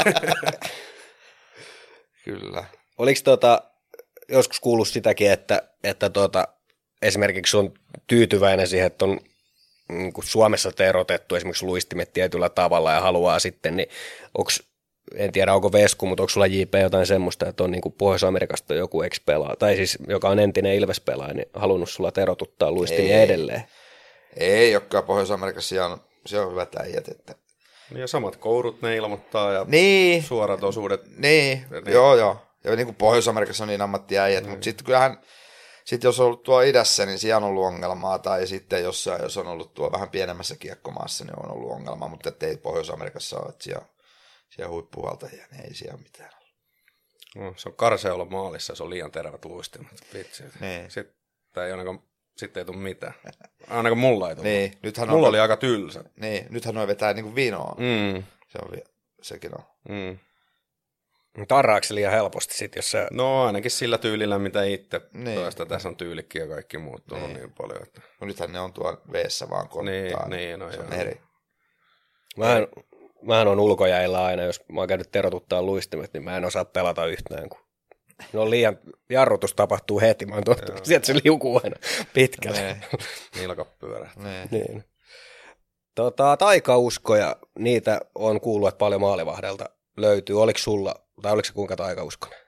Kyllä.
Oliko tota, joskus kuullut sitäkin, että, että tota, esimerkiksi on tyytyväinen siihen, että on niin kuin Suomessa terotettu esimerkiksi luistimet tietyllä tavalla ja haluaa sitten, niin onko, en tiedä onko Vesku, mutta onko sulla J P jotain semmoista, että on niin kuin Pohjois-Amerikasta joku ex-pelaaja, tai siis joka on entinen Ilves-pelaaja, niin halunnut sulla terotuttaa luistimia
Ei.
edelleen?
Ei, jotka Pohjois-Amerikassa siellä on, siellä on hyvät äijät. Että...
Ja samat kourut ne ilmoittaa ja
Niin,
suorat osuudet.
niin,
Niin.
joo joo. Ja niin kuin Pohjois-Amerikassa on niin ammattiäijät, mm. mutta sitten kyllähän, sit jos on ollut tuo idässä, niin siellä on ollut ongelmaa, tai sitten jossain, jos on ollut tuo vähän pienemmässä kiekkomaassa, niin on ollut ongelmaa, mutta ei Pohjois-Amerikassa ole, että siellä, siellä huippuvaltajia, niin ei siellä mitään ole.
No, se on karsea olla maalissa, se on liian terävät luistimet. Vitsi.
Niin.
Sitten ei, ainakaan, sitten ei tule mitään. Ainakaan mulla ei tule.
Niin, nythän
Mulla
on,
oli aika tylsä.
niin, nythän noin vetää niin kuin vinoon, mm.
Mm,
se on, vi- sekin on.
mm.
Tarraako se liian helposti sitten, jos sä...
No ainakin sillä tyylillä, mitä itse
Niin.
toista. Tässä on tyylikki ja kaikki muuttunut niin, niin paljon. Että...
No nythän ne on tuo veessä vaan konttaa,
Niin, niin, no
se on
joo.
eri.
Mähän, mähän on ulkojäillä aina, jos mä oon käynyt terotuttaa luistimet, niin mä en osaa pelata yhtään, kun ne on liian, jarrutus tapahtuu heti, mä oon tottunut, sieltä se liukuu aina pitkälle.
Nee,
Nilkat pyörähtää.
nee.
Niin. Tota, taikauskoja, niitä on kuullut, että paljon maalivahdelta löytyy. Oliko sulla, tai oliko se kuinka taikauskonen?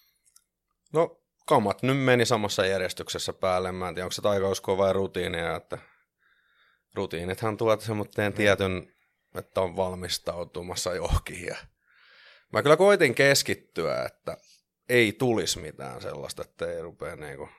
No kamat nyt meni samassa järjestyksessä päälle. Mä en tiedä, onko se taikauskoa vai rutiineja. Että rutiinithan tuot semmoinen tietyn, että on valmistautumassa johonkin. Ja mä kyllä koitin keskittyä, että ei tulisi mitään sellaista, että ei rupea niinku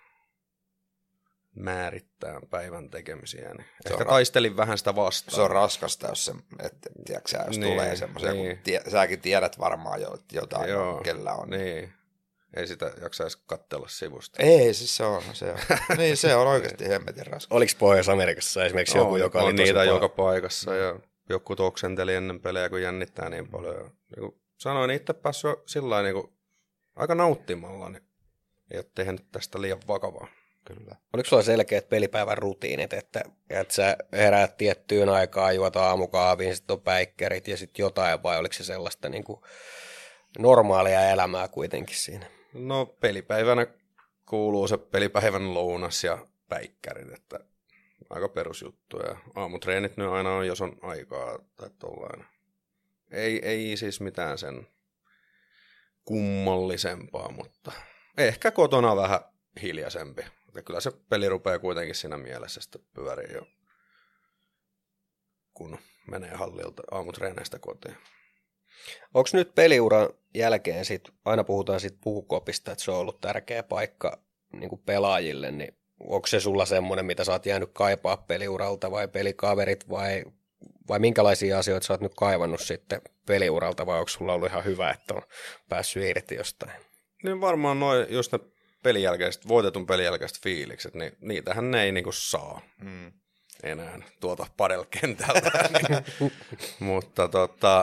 määrittämään päivän tekemisiä. Niin ehkä
ra-
taistelin vähän sitä vastaan.
Se on raskasta, jos, se, että, tiedätkö, sä, jos
Niin,
tulee semmoisia,
niin.
kun tie, säkin tiedät varmaan jo, että jotain,
Joo,
on, kellä on.
Niin. Ei sitä jaksa edes katsella sivusta.
Ei, siis se on. Se on. niin, se on oikeasti hemmetin raskasta.
Oliko Pohjois-Amerikassa esimerkiksi joku,
on,
joka
on
oli tosi
niitä
paha?
joka paikassa ja joku toksenteli ennen pelejä, kun jännittää niin paljon. Ja, niin kuin sanoin, itse päässyt sillä niin kuin, aika nauttimalla, niin ei ole tehnyt tästä liian vakavaa.
Kyllä.
Oliko sulla selkeät pelipäivän rutiinit, että, että sä heräät tiettyyn aikaan, juot aamukahvin, sitten on päikkärit ja sitten jotain, vai oliko se sellaista niin kuin normaalia elämää kuitenkin siinä?
No pelipäivänä kuuluu se pelipäivän lounas ja päikkärit, että aika perusjuttuja. Aamutreenit nyt aina on, jos on aikaa tai tollainen. Ei, ei siis mitään sen kummallisempaa, mutta ehkä kotona vähän hiljaisempi. Ja kyllä se peli rupeaa kuitenkin siinä mielessä sitten pyörii jo, kun menee hallilta aamutreeneistä kotiin.
Onko nyt peliuran jälkeen, sit, aina puhutaan siitä pukukopista, että se on ollut tärkeä paikka niin kuin pelaajille, niin onko se sulla semmoinen, mitä sä oot jäänyt kaipaa peliuralta vai pelikaverit vai, vai minkälaisia asioita sä oot nyt kaivannut sitten peliuralta vai onko sulla ollut ihan hyvä, että on päässyt irti jostain?
Niin varmaan noin just ne pelijälkeiset, voitetun pelijälkeiset fiilikset, niin niitähän ne ei niinku saa
Mm.
enää tuolta padelkentältä. Mutta tota,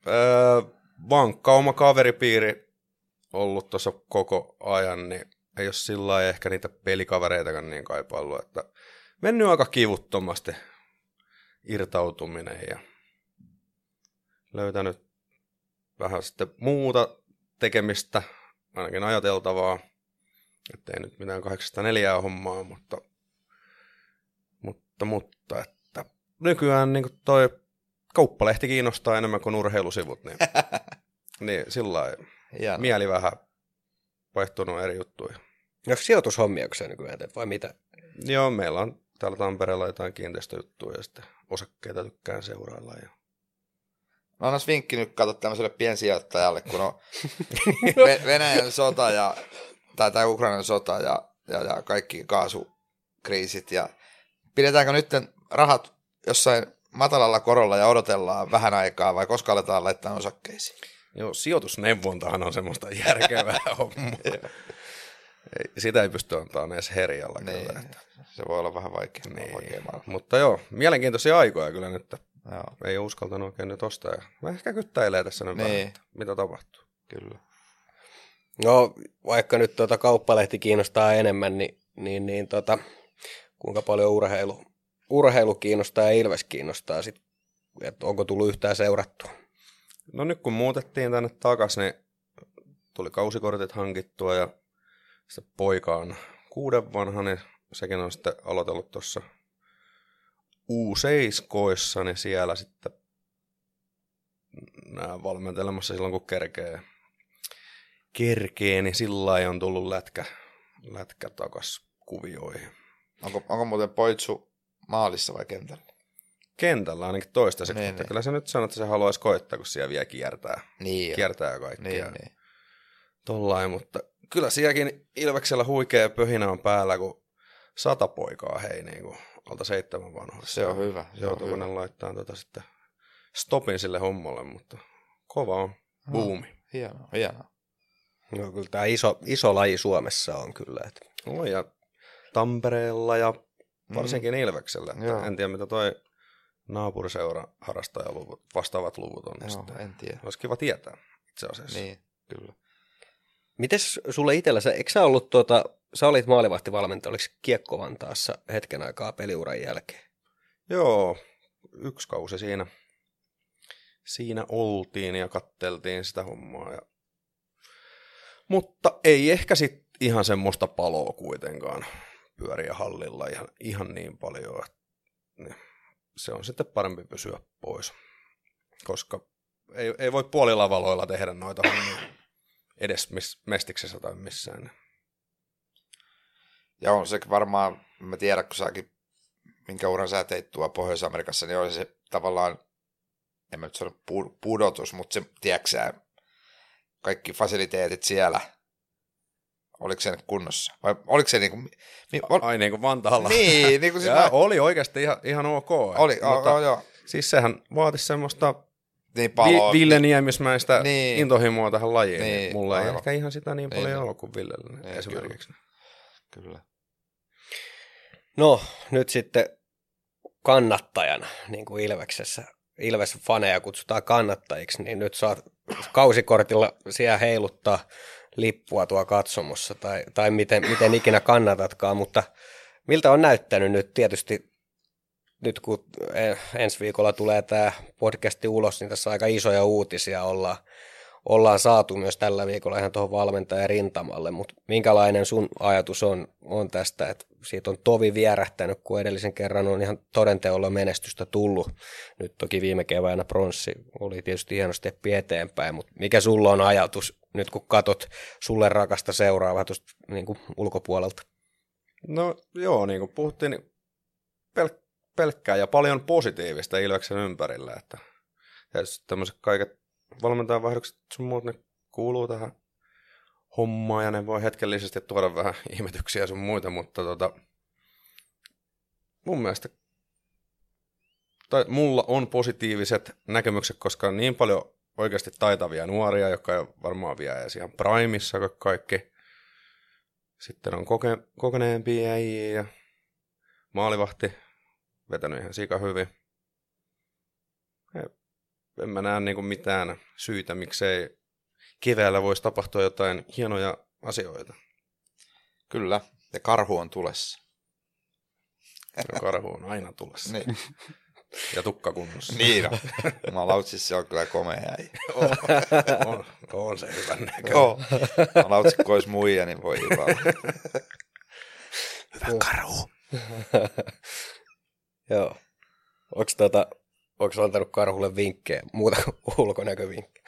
Öö, vankka oma kaveripiiri ollut tuossa koko ajan, niin ei ole sillä lailla ehkä niitä pelikavereitakaan niin kaipaillut, että mennyt aika kivuttomasti irtautuminen ja löytänyt vähän sitten muuta tekemistä, ainakin ajateltavaa, ettei nyt mitään kahdeksansataaneljä hommaa, mutta, mutta, mutta että nykyään niin toi kauppalehti kiinnostaa enemmän kuin urheilusivut, niin, niin sillä lailla mieli vähän vaihtunut eri juttuja.
Onko sijoitushommia, kun sä nykyään teet, vai mitä?
Joo, meillä on täällä Tampereella jotain kiinteistöjuttuja ja sitten osakkeita tykkään seurailla. Ja...
No annas vinkki nyt katso tämmöiselle piensijoittajalle, kun on Venäjän sota ja, tai tämä Ukrainan sota ja, ja, ja kaikki kaasukriisit. Ja pidetäänkö nyt rahat jossain matalalla korolla ja odotellaan vähän aikaa vai koska aletaan laittaa osakkeisiin?
Joo, sijoitusneuvontahan on semmoista järkevää hommaa. Ei, sitä ei pysty antamaan edes herjalla.
Niin,
kyllä, että...
se voi olla vähän vaikea.
Niin.
vaikea
Mutta joo, mielenkiintoisia aikoja kyllä nyt.
Joo.
Ei ole uskaltanut oikein nyt ostaa. Ja mä ehkä kyttäilee tässä nyt
niin.
vähän, että mitä tapahtuu.
Kyllä.
No, vaikka nyt tuota kauppalehti kiinnostaa enemmän, niin, niin, niin tota, kuinka paljon urheilu, urheilu kiinnostaa ja Ilves kiinnostaa sit, että onko tullut yhtään seurattua?
No nyt kun muutettiin tänne takaisin, niin tuli kausikortit hankittua ja sitten poika on kuuden vanha, niin sekin on sitten aloitellut tuossa U seitsemän, niin siellä sitten nää valmentelemassa silloin kun kerkee, kerkee niin sillä lailla on tullut lätkä, lätkä takas kuvioihin.
Onko, onko muuten Poitsu maalissa vai kentällä?
Kentällä ainakin toistaiseksi,
niin,
mutta
niin.
kyllä se nyt sanoo, että se haluaisi koittaa, kun siellä vielä kiertää,
niin,
kiertää kaikkea.
Niin, niin.
Tollain, mutta kyllä sielläkin Ilveksellä huikea pöhinä on päällä, kun sata poikaa hei niin kuin alta seitsemän vanhoista.
Se on hyvä. Se
Joutuu
on
ne
hyvä.
laittaa tota sitten stopin sille hommalle, mutta kova on buumi.
No, hienoa, hienoa.
No kyllä tämä iso, iso laji Suomessa on kyllä. Että...
No ja Tampereella ja varsinkin mm. Ilveksellä.
Joo.
En tiedä mitä toi naapuriseura harrastajaluvut, vastaavat luvut on.
Joo, en tiedä.
Olisi kiva tietää itse asiassa.
Niin, kyllä.
Mites sulle itsellä, sä, eikö sä ollut, tuota, sä olit maalivahtivalmentaja, oliko Kiekko Vantaassa hetken aikaa peliuran jälkeen?
Joo, yksi kausi siinä, siinä oltiin ja katteltiin sitä hommaa. Ja... Mutta ei ehkä sitten ihan semmoista paloa kuitenkaan pyöriä hallilla ihan, ihan niin paljon. Että se on sitten parempi pysyä pois, koska ei, ei voi puolilavaloilla tehdä noita hommia edes miss, mestiksessä tai missään.
Ja on se varmaan, mä tiedän, kun säkin, minkä uran sä teit tuo Pohjois-Amerikassa, niin oli se tavallaan, en mä nyt sano pudotus, mutta se, tiedätkö sä, kaikki fasiliteetit siellä, oliko se kunnossa? Vai oliko se niinku... Mi, ol...
Ai niin kuin Vantaalla.
Niin, niin kuin siis
mä...
mä...
Oli oikeasti ihan, ihan ok.
Oli,
mutta
o, o, joo.
Siis sehän vaatisi semmoista
niin palo...
Vi- Ville Niemismäistä
niin.
intohimoa tähän lajiin.
Niin.
Niin mulla ei
Aivan.
ehkä ihan sitä niin paljon
niin.
ole kuin Villellä niin esimerkiksi.
Kyllä. kyllä.
No, nyt sitten kannattajana, niin kuin Ilveksessä, Ilves-faneja kutsutaan kannattajiksi, niin nyt saat kausikortilla siellä heiluttaa lippua tuo katsomossa, tai, tai miten, miten ikinä kannatatkaan, mutta miltä on näyttänyt nyt tietysti, nyt kun ensi viikolla tulee tämä podcasti ulos, niin tässä aika isoja uutisia ollaan, ollaan saatu myös tällä viikolla ihan tuohon valmentajan rintamalle, mutta minkälainen sun ajatus on, on tästä, että siitä on tovi vierähtänyt, kun edellisen kerran on ihan todenteolla menestystä tullut. Nyt toki viime keväänä pronssi oli tietysti hieno steppi eteenpäin, mutta mikä sulla on ajatus nyt, kun katot sulle rakasta seuraa vähän tuosta niin kuin ulkopuolelta?
No joo, niin kuin puhuttiin, niin pel- pelkkää ja paljon positiivista Ilveksen ympärillä, että tämmöiset kaiket valmentajan vaihdokset sun muut, ne kuuluu tähän hommaan ja ne voi hetkellisesti tuoda vähän ihmetyksiä sun muita, mutta tota, mun mielestä tai mulla on positiiviset näkemykset, koska on niin paljon oikeasti taitavia nuoria, jotka ei varmaan vielä edes ihan primissa kaikki. Sitten on koke- kokeneempia äijiä ja maalivahti vetänyt ihan sika hyvin. en mä näe niin kuin mitään syytä, miksei keväällä voisi tapahtua jotain hienoja asioita.
Kyllä, ja karhu on tulessa.
Ja karhu on aina tulessa.
Niin.
Ja tukka kunnossa.
Niin on. Malautsissa se on kyllä komea.
on, on, on se hyvän näköinen.
Joo. Malautsikko olisi muija, niin voi hyvä. Hyvä karhu.
Joo. Onko tota, onko antanut karhulle vinkkejä, muuta kuin ulkonäkövinkkejä?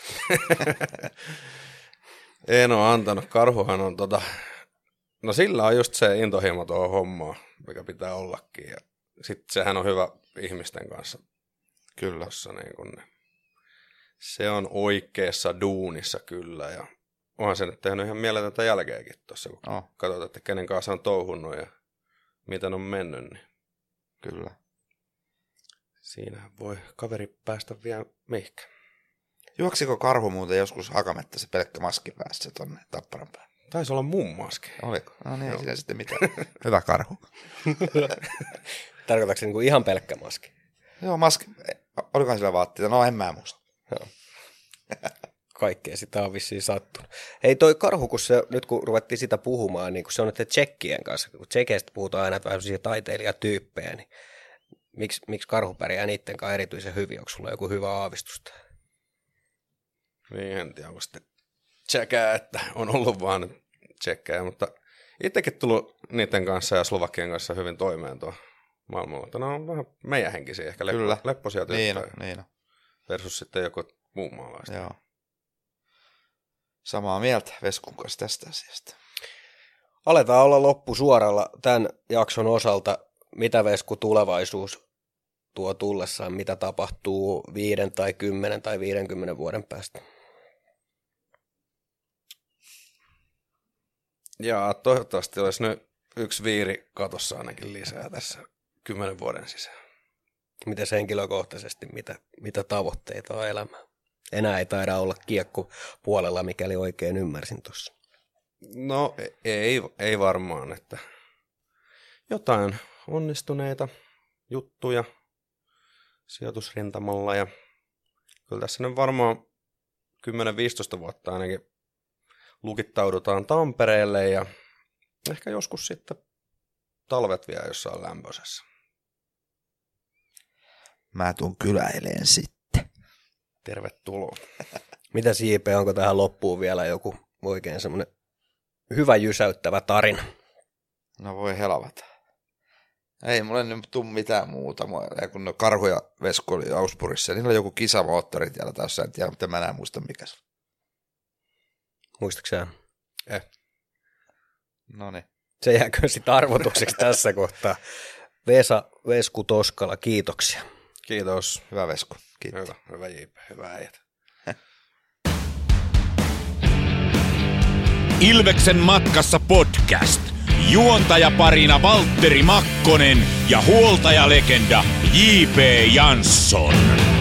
En ole antanut. Karhuhan on tota, no sillä on just se intohimo tuohon hommaan, mikä pitää ollakin. Ja sitten sehän on hyvä ihmisten kanssa.
Kyllä.
Tossa niin kun ne. Se on oikeassa duunissa kyllä. Ja onhan se nyt tehnyt ihan mieletöntä jälkeenkin tuossa, kun
Oh.
katsotaan, että kenen kanssa on touhunnut ja miten on mennyt. Niin
Kyllä.
siinä voi kaveri päästä vielä mihinkä.
Juoksiko karhu muuten joskus Hakametta se pelkkä maski päässä tonne Tapparan päälle?
Taisi olla mun maski.
Oliko? No niin, ei siinä sitten mitään. Hyvä karhu.
Tarkoitatko se niinku ihan pelkkä maski?
Joo, maski. Olikohan sillä vaatteita? No en mä muista.
Joo. Kaikkea sitä on vissiin sattunut. Hei toi karhu, kun se, nyt kun ruvettiin sitä puhumaan, niin kun se on nyt tsekkien kanssa, kun tsekeistä puhutaan aina, että vähän sellaisia taiteilijatyyppejä, niin miksi, miksi karhu pärjää niiden kanssa erityisen hyvin? Onko sulla joku hyvä aavistusta?
Niin, en tiedä, onko sitten tsekää, että on ollut vaan tsekkejä, mutta itsekin tullut niiden kanssa ja Slovakian kanssa hyvin toimeen tuo maailmalla. Ne on vähän meidän henkisiä, ehkä leppo,
Kyllä.
lepposia
Niin
tyyppejä
on, niin on.
versus sitten joku muu maalaista.
Joo. Samaa mieltä Veskun kanssa tästä asiasta.
Aletaan olla loppusuoralla tämän jakson osalta. Mitä Vesku tulevaisuus tuo tullessaan? Mitä tapahtuu viiden tai kymmenen tai viidenkymmenen vuoden päästä?
Ja toivottavasti olisi nyt yksi viiri katossa ainakin lisää tässä kymmenen vuoden sisään.
Miten henkilökohtaisesti, mitä, mitä tavoitteita on elämään? Enää ei taida olla kiekko puolella, mikäli oikein ymmärsin tuossa.
No ei, ei varmaan, että jotain onnistuneita juttuja sijoitusrintamalla ja kyllä tässä nyt varmaan kymmenen viisitoista vuotta ainakin lukittaudutaan Tampereelle ja ehkä joskus sitten talvet vielä jossain lämpöisessä.
Mä tuun kyläileen sitten.
Tervetuloa.
Mitä Siipe, onko tähän loppuun vielä joku oikein semmoinen hyvä jysäyttävä tarina?
No voi helvata. Ei mulle nyt tuu mitään muuta. Ja kun no Karhu ja Vesku oli Augsburgissa, ja niillä oli joku kisamoottori siellä taas, en tiedä, mutta mä enää muista mikä se.
Muistatko sä?
Eh.
Noniin.
Se jääkö sitten arvotukseksi tässä kohtaa. Vesa Vesku Toskala, kiitoksia.
Kiitos.
Hyvä Vesku. Kiitos.
Hyvä, hyvä J P, hyvä äijät.
Ilveksen matkassa podcast. Juontajaparina Valtteri Makkonen ja huoltajalegenda J P Jansson.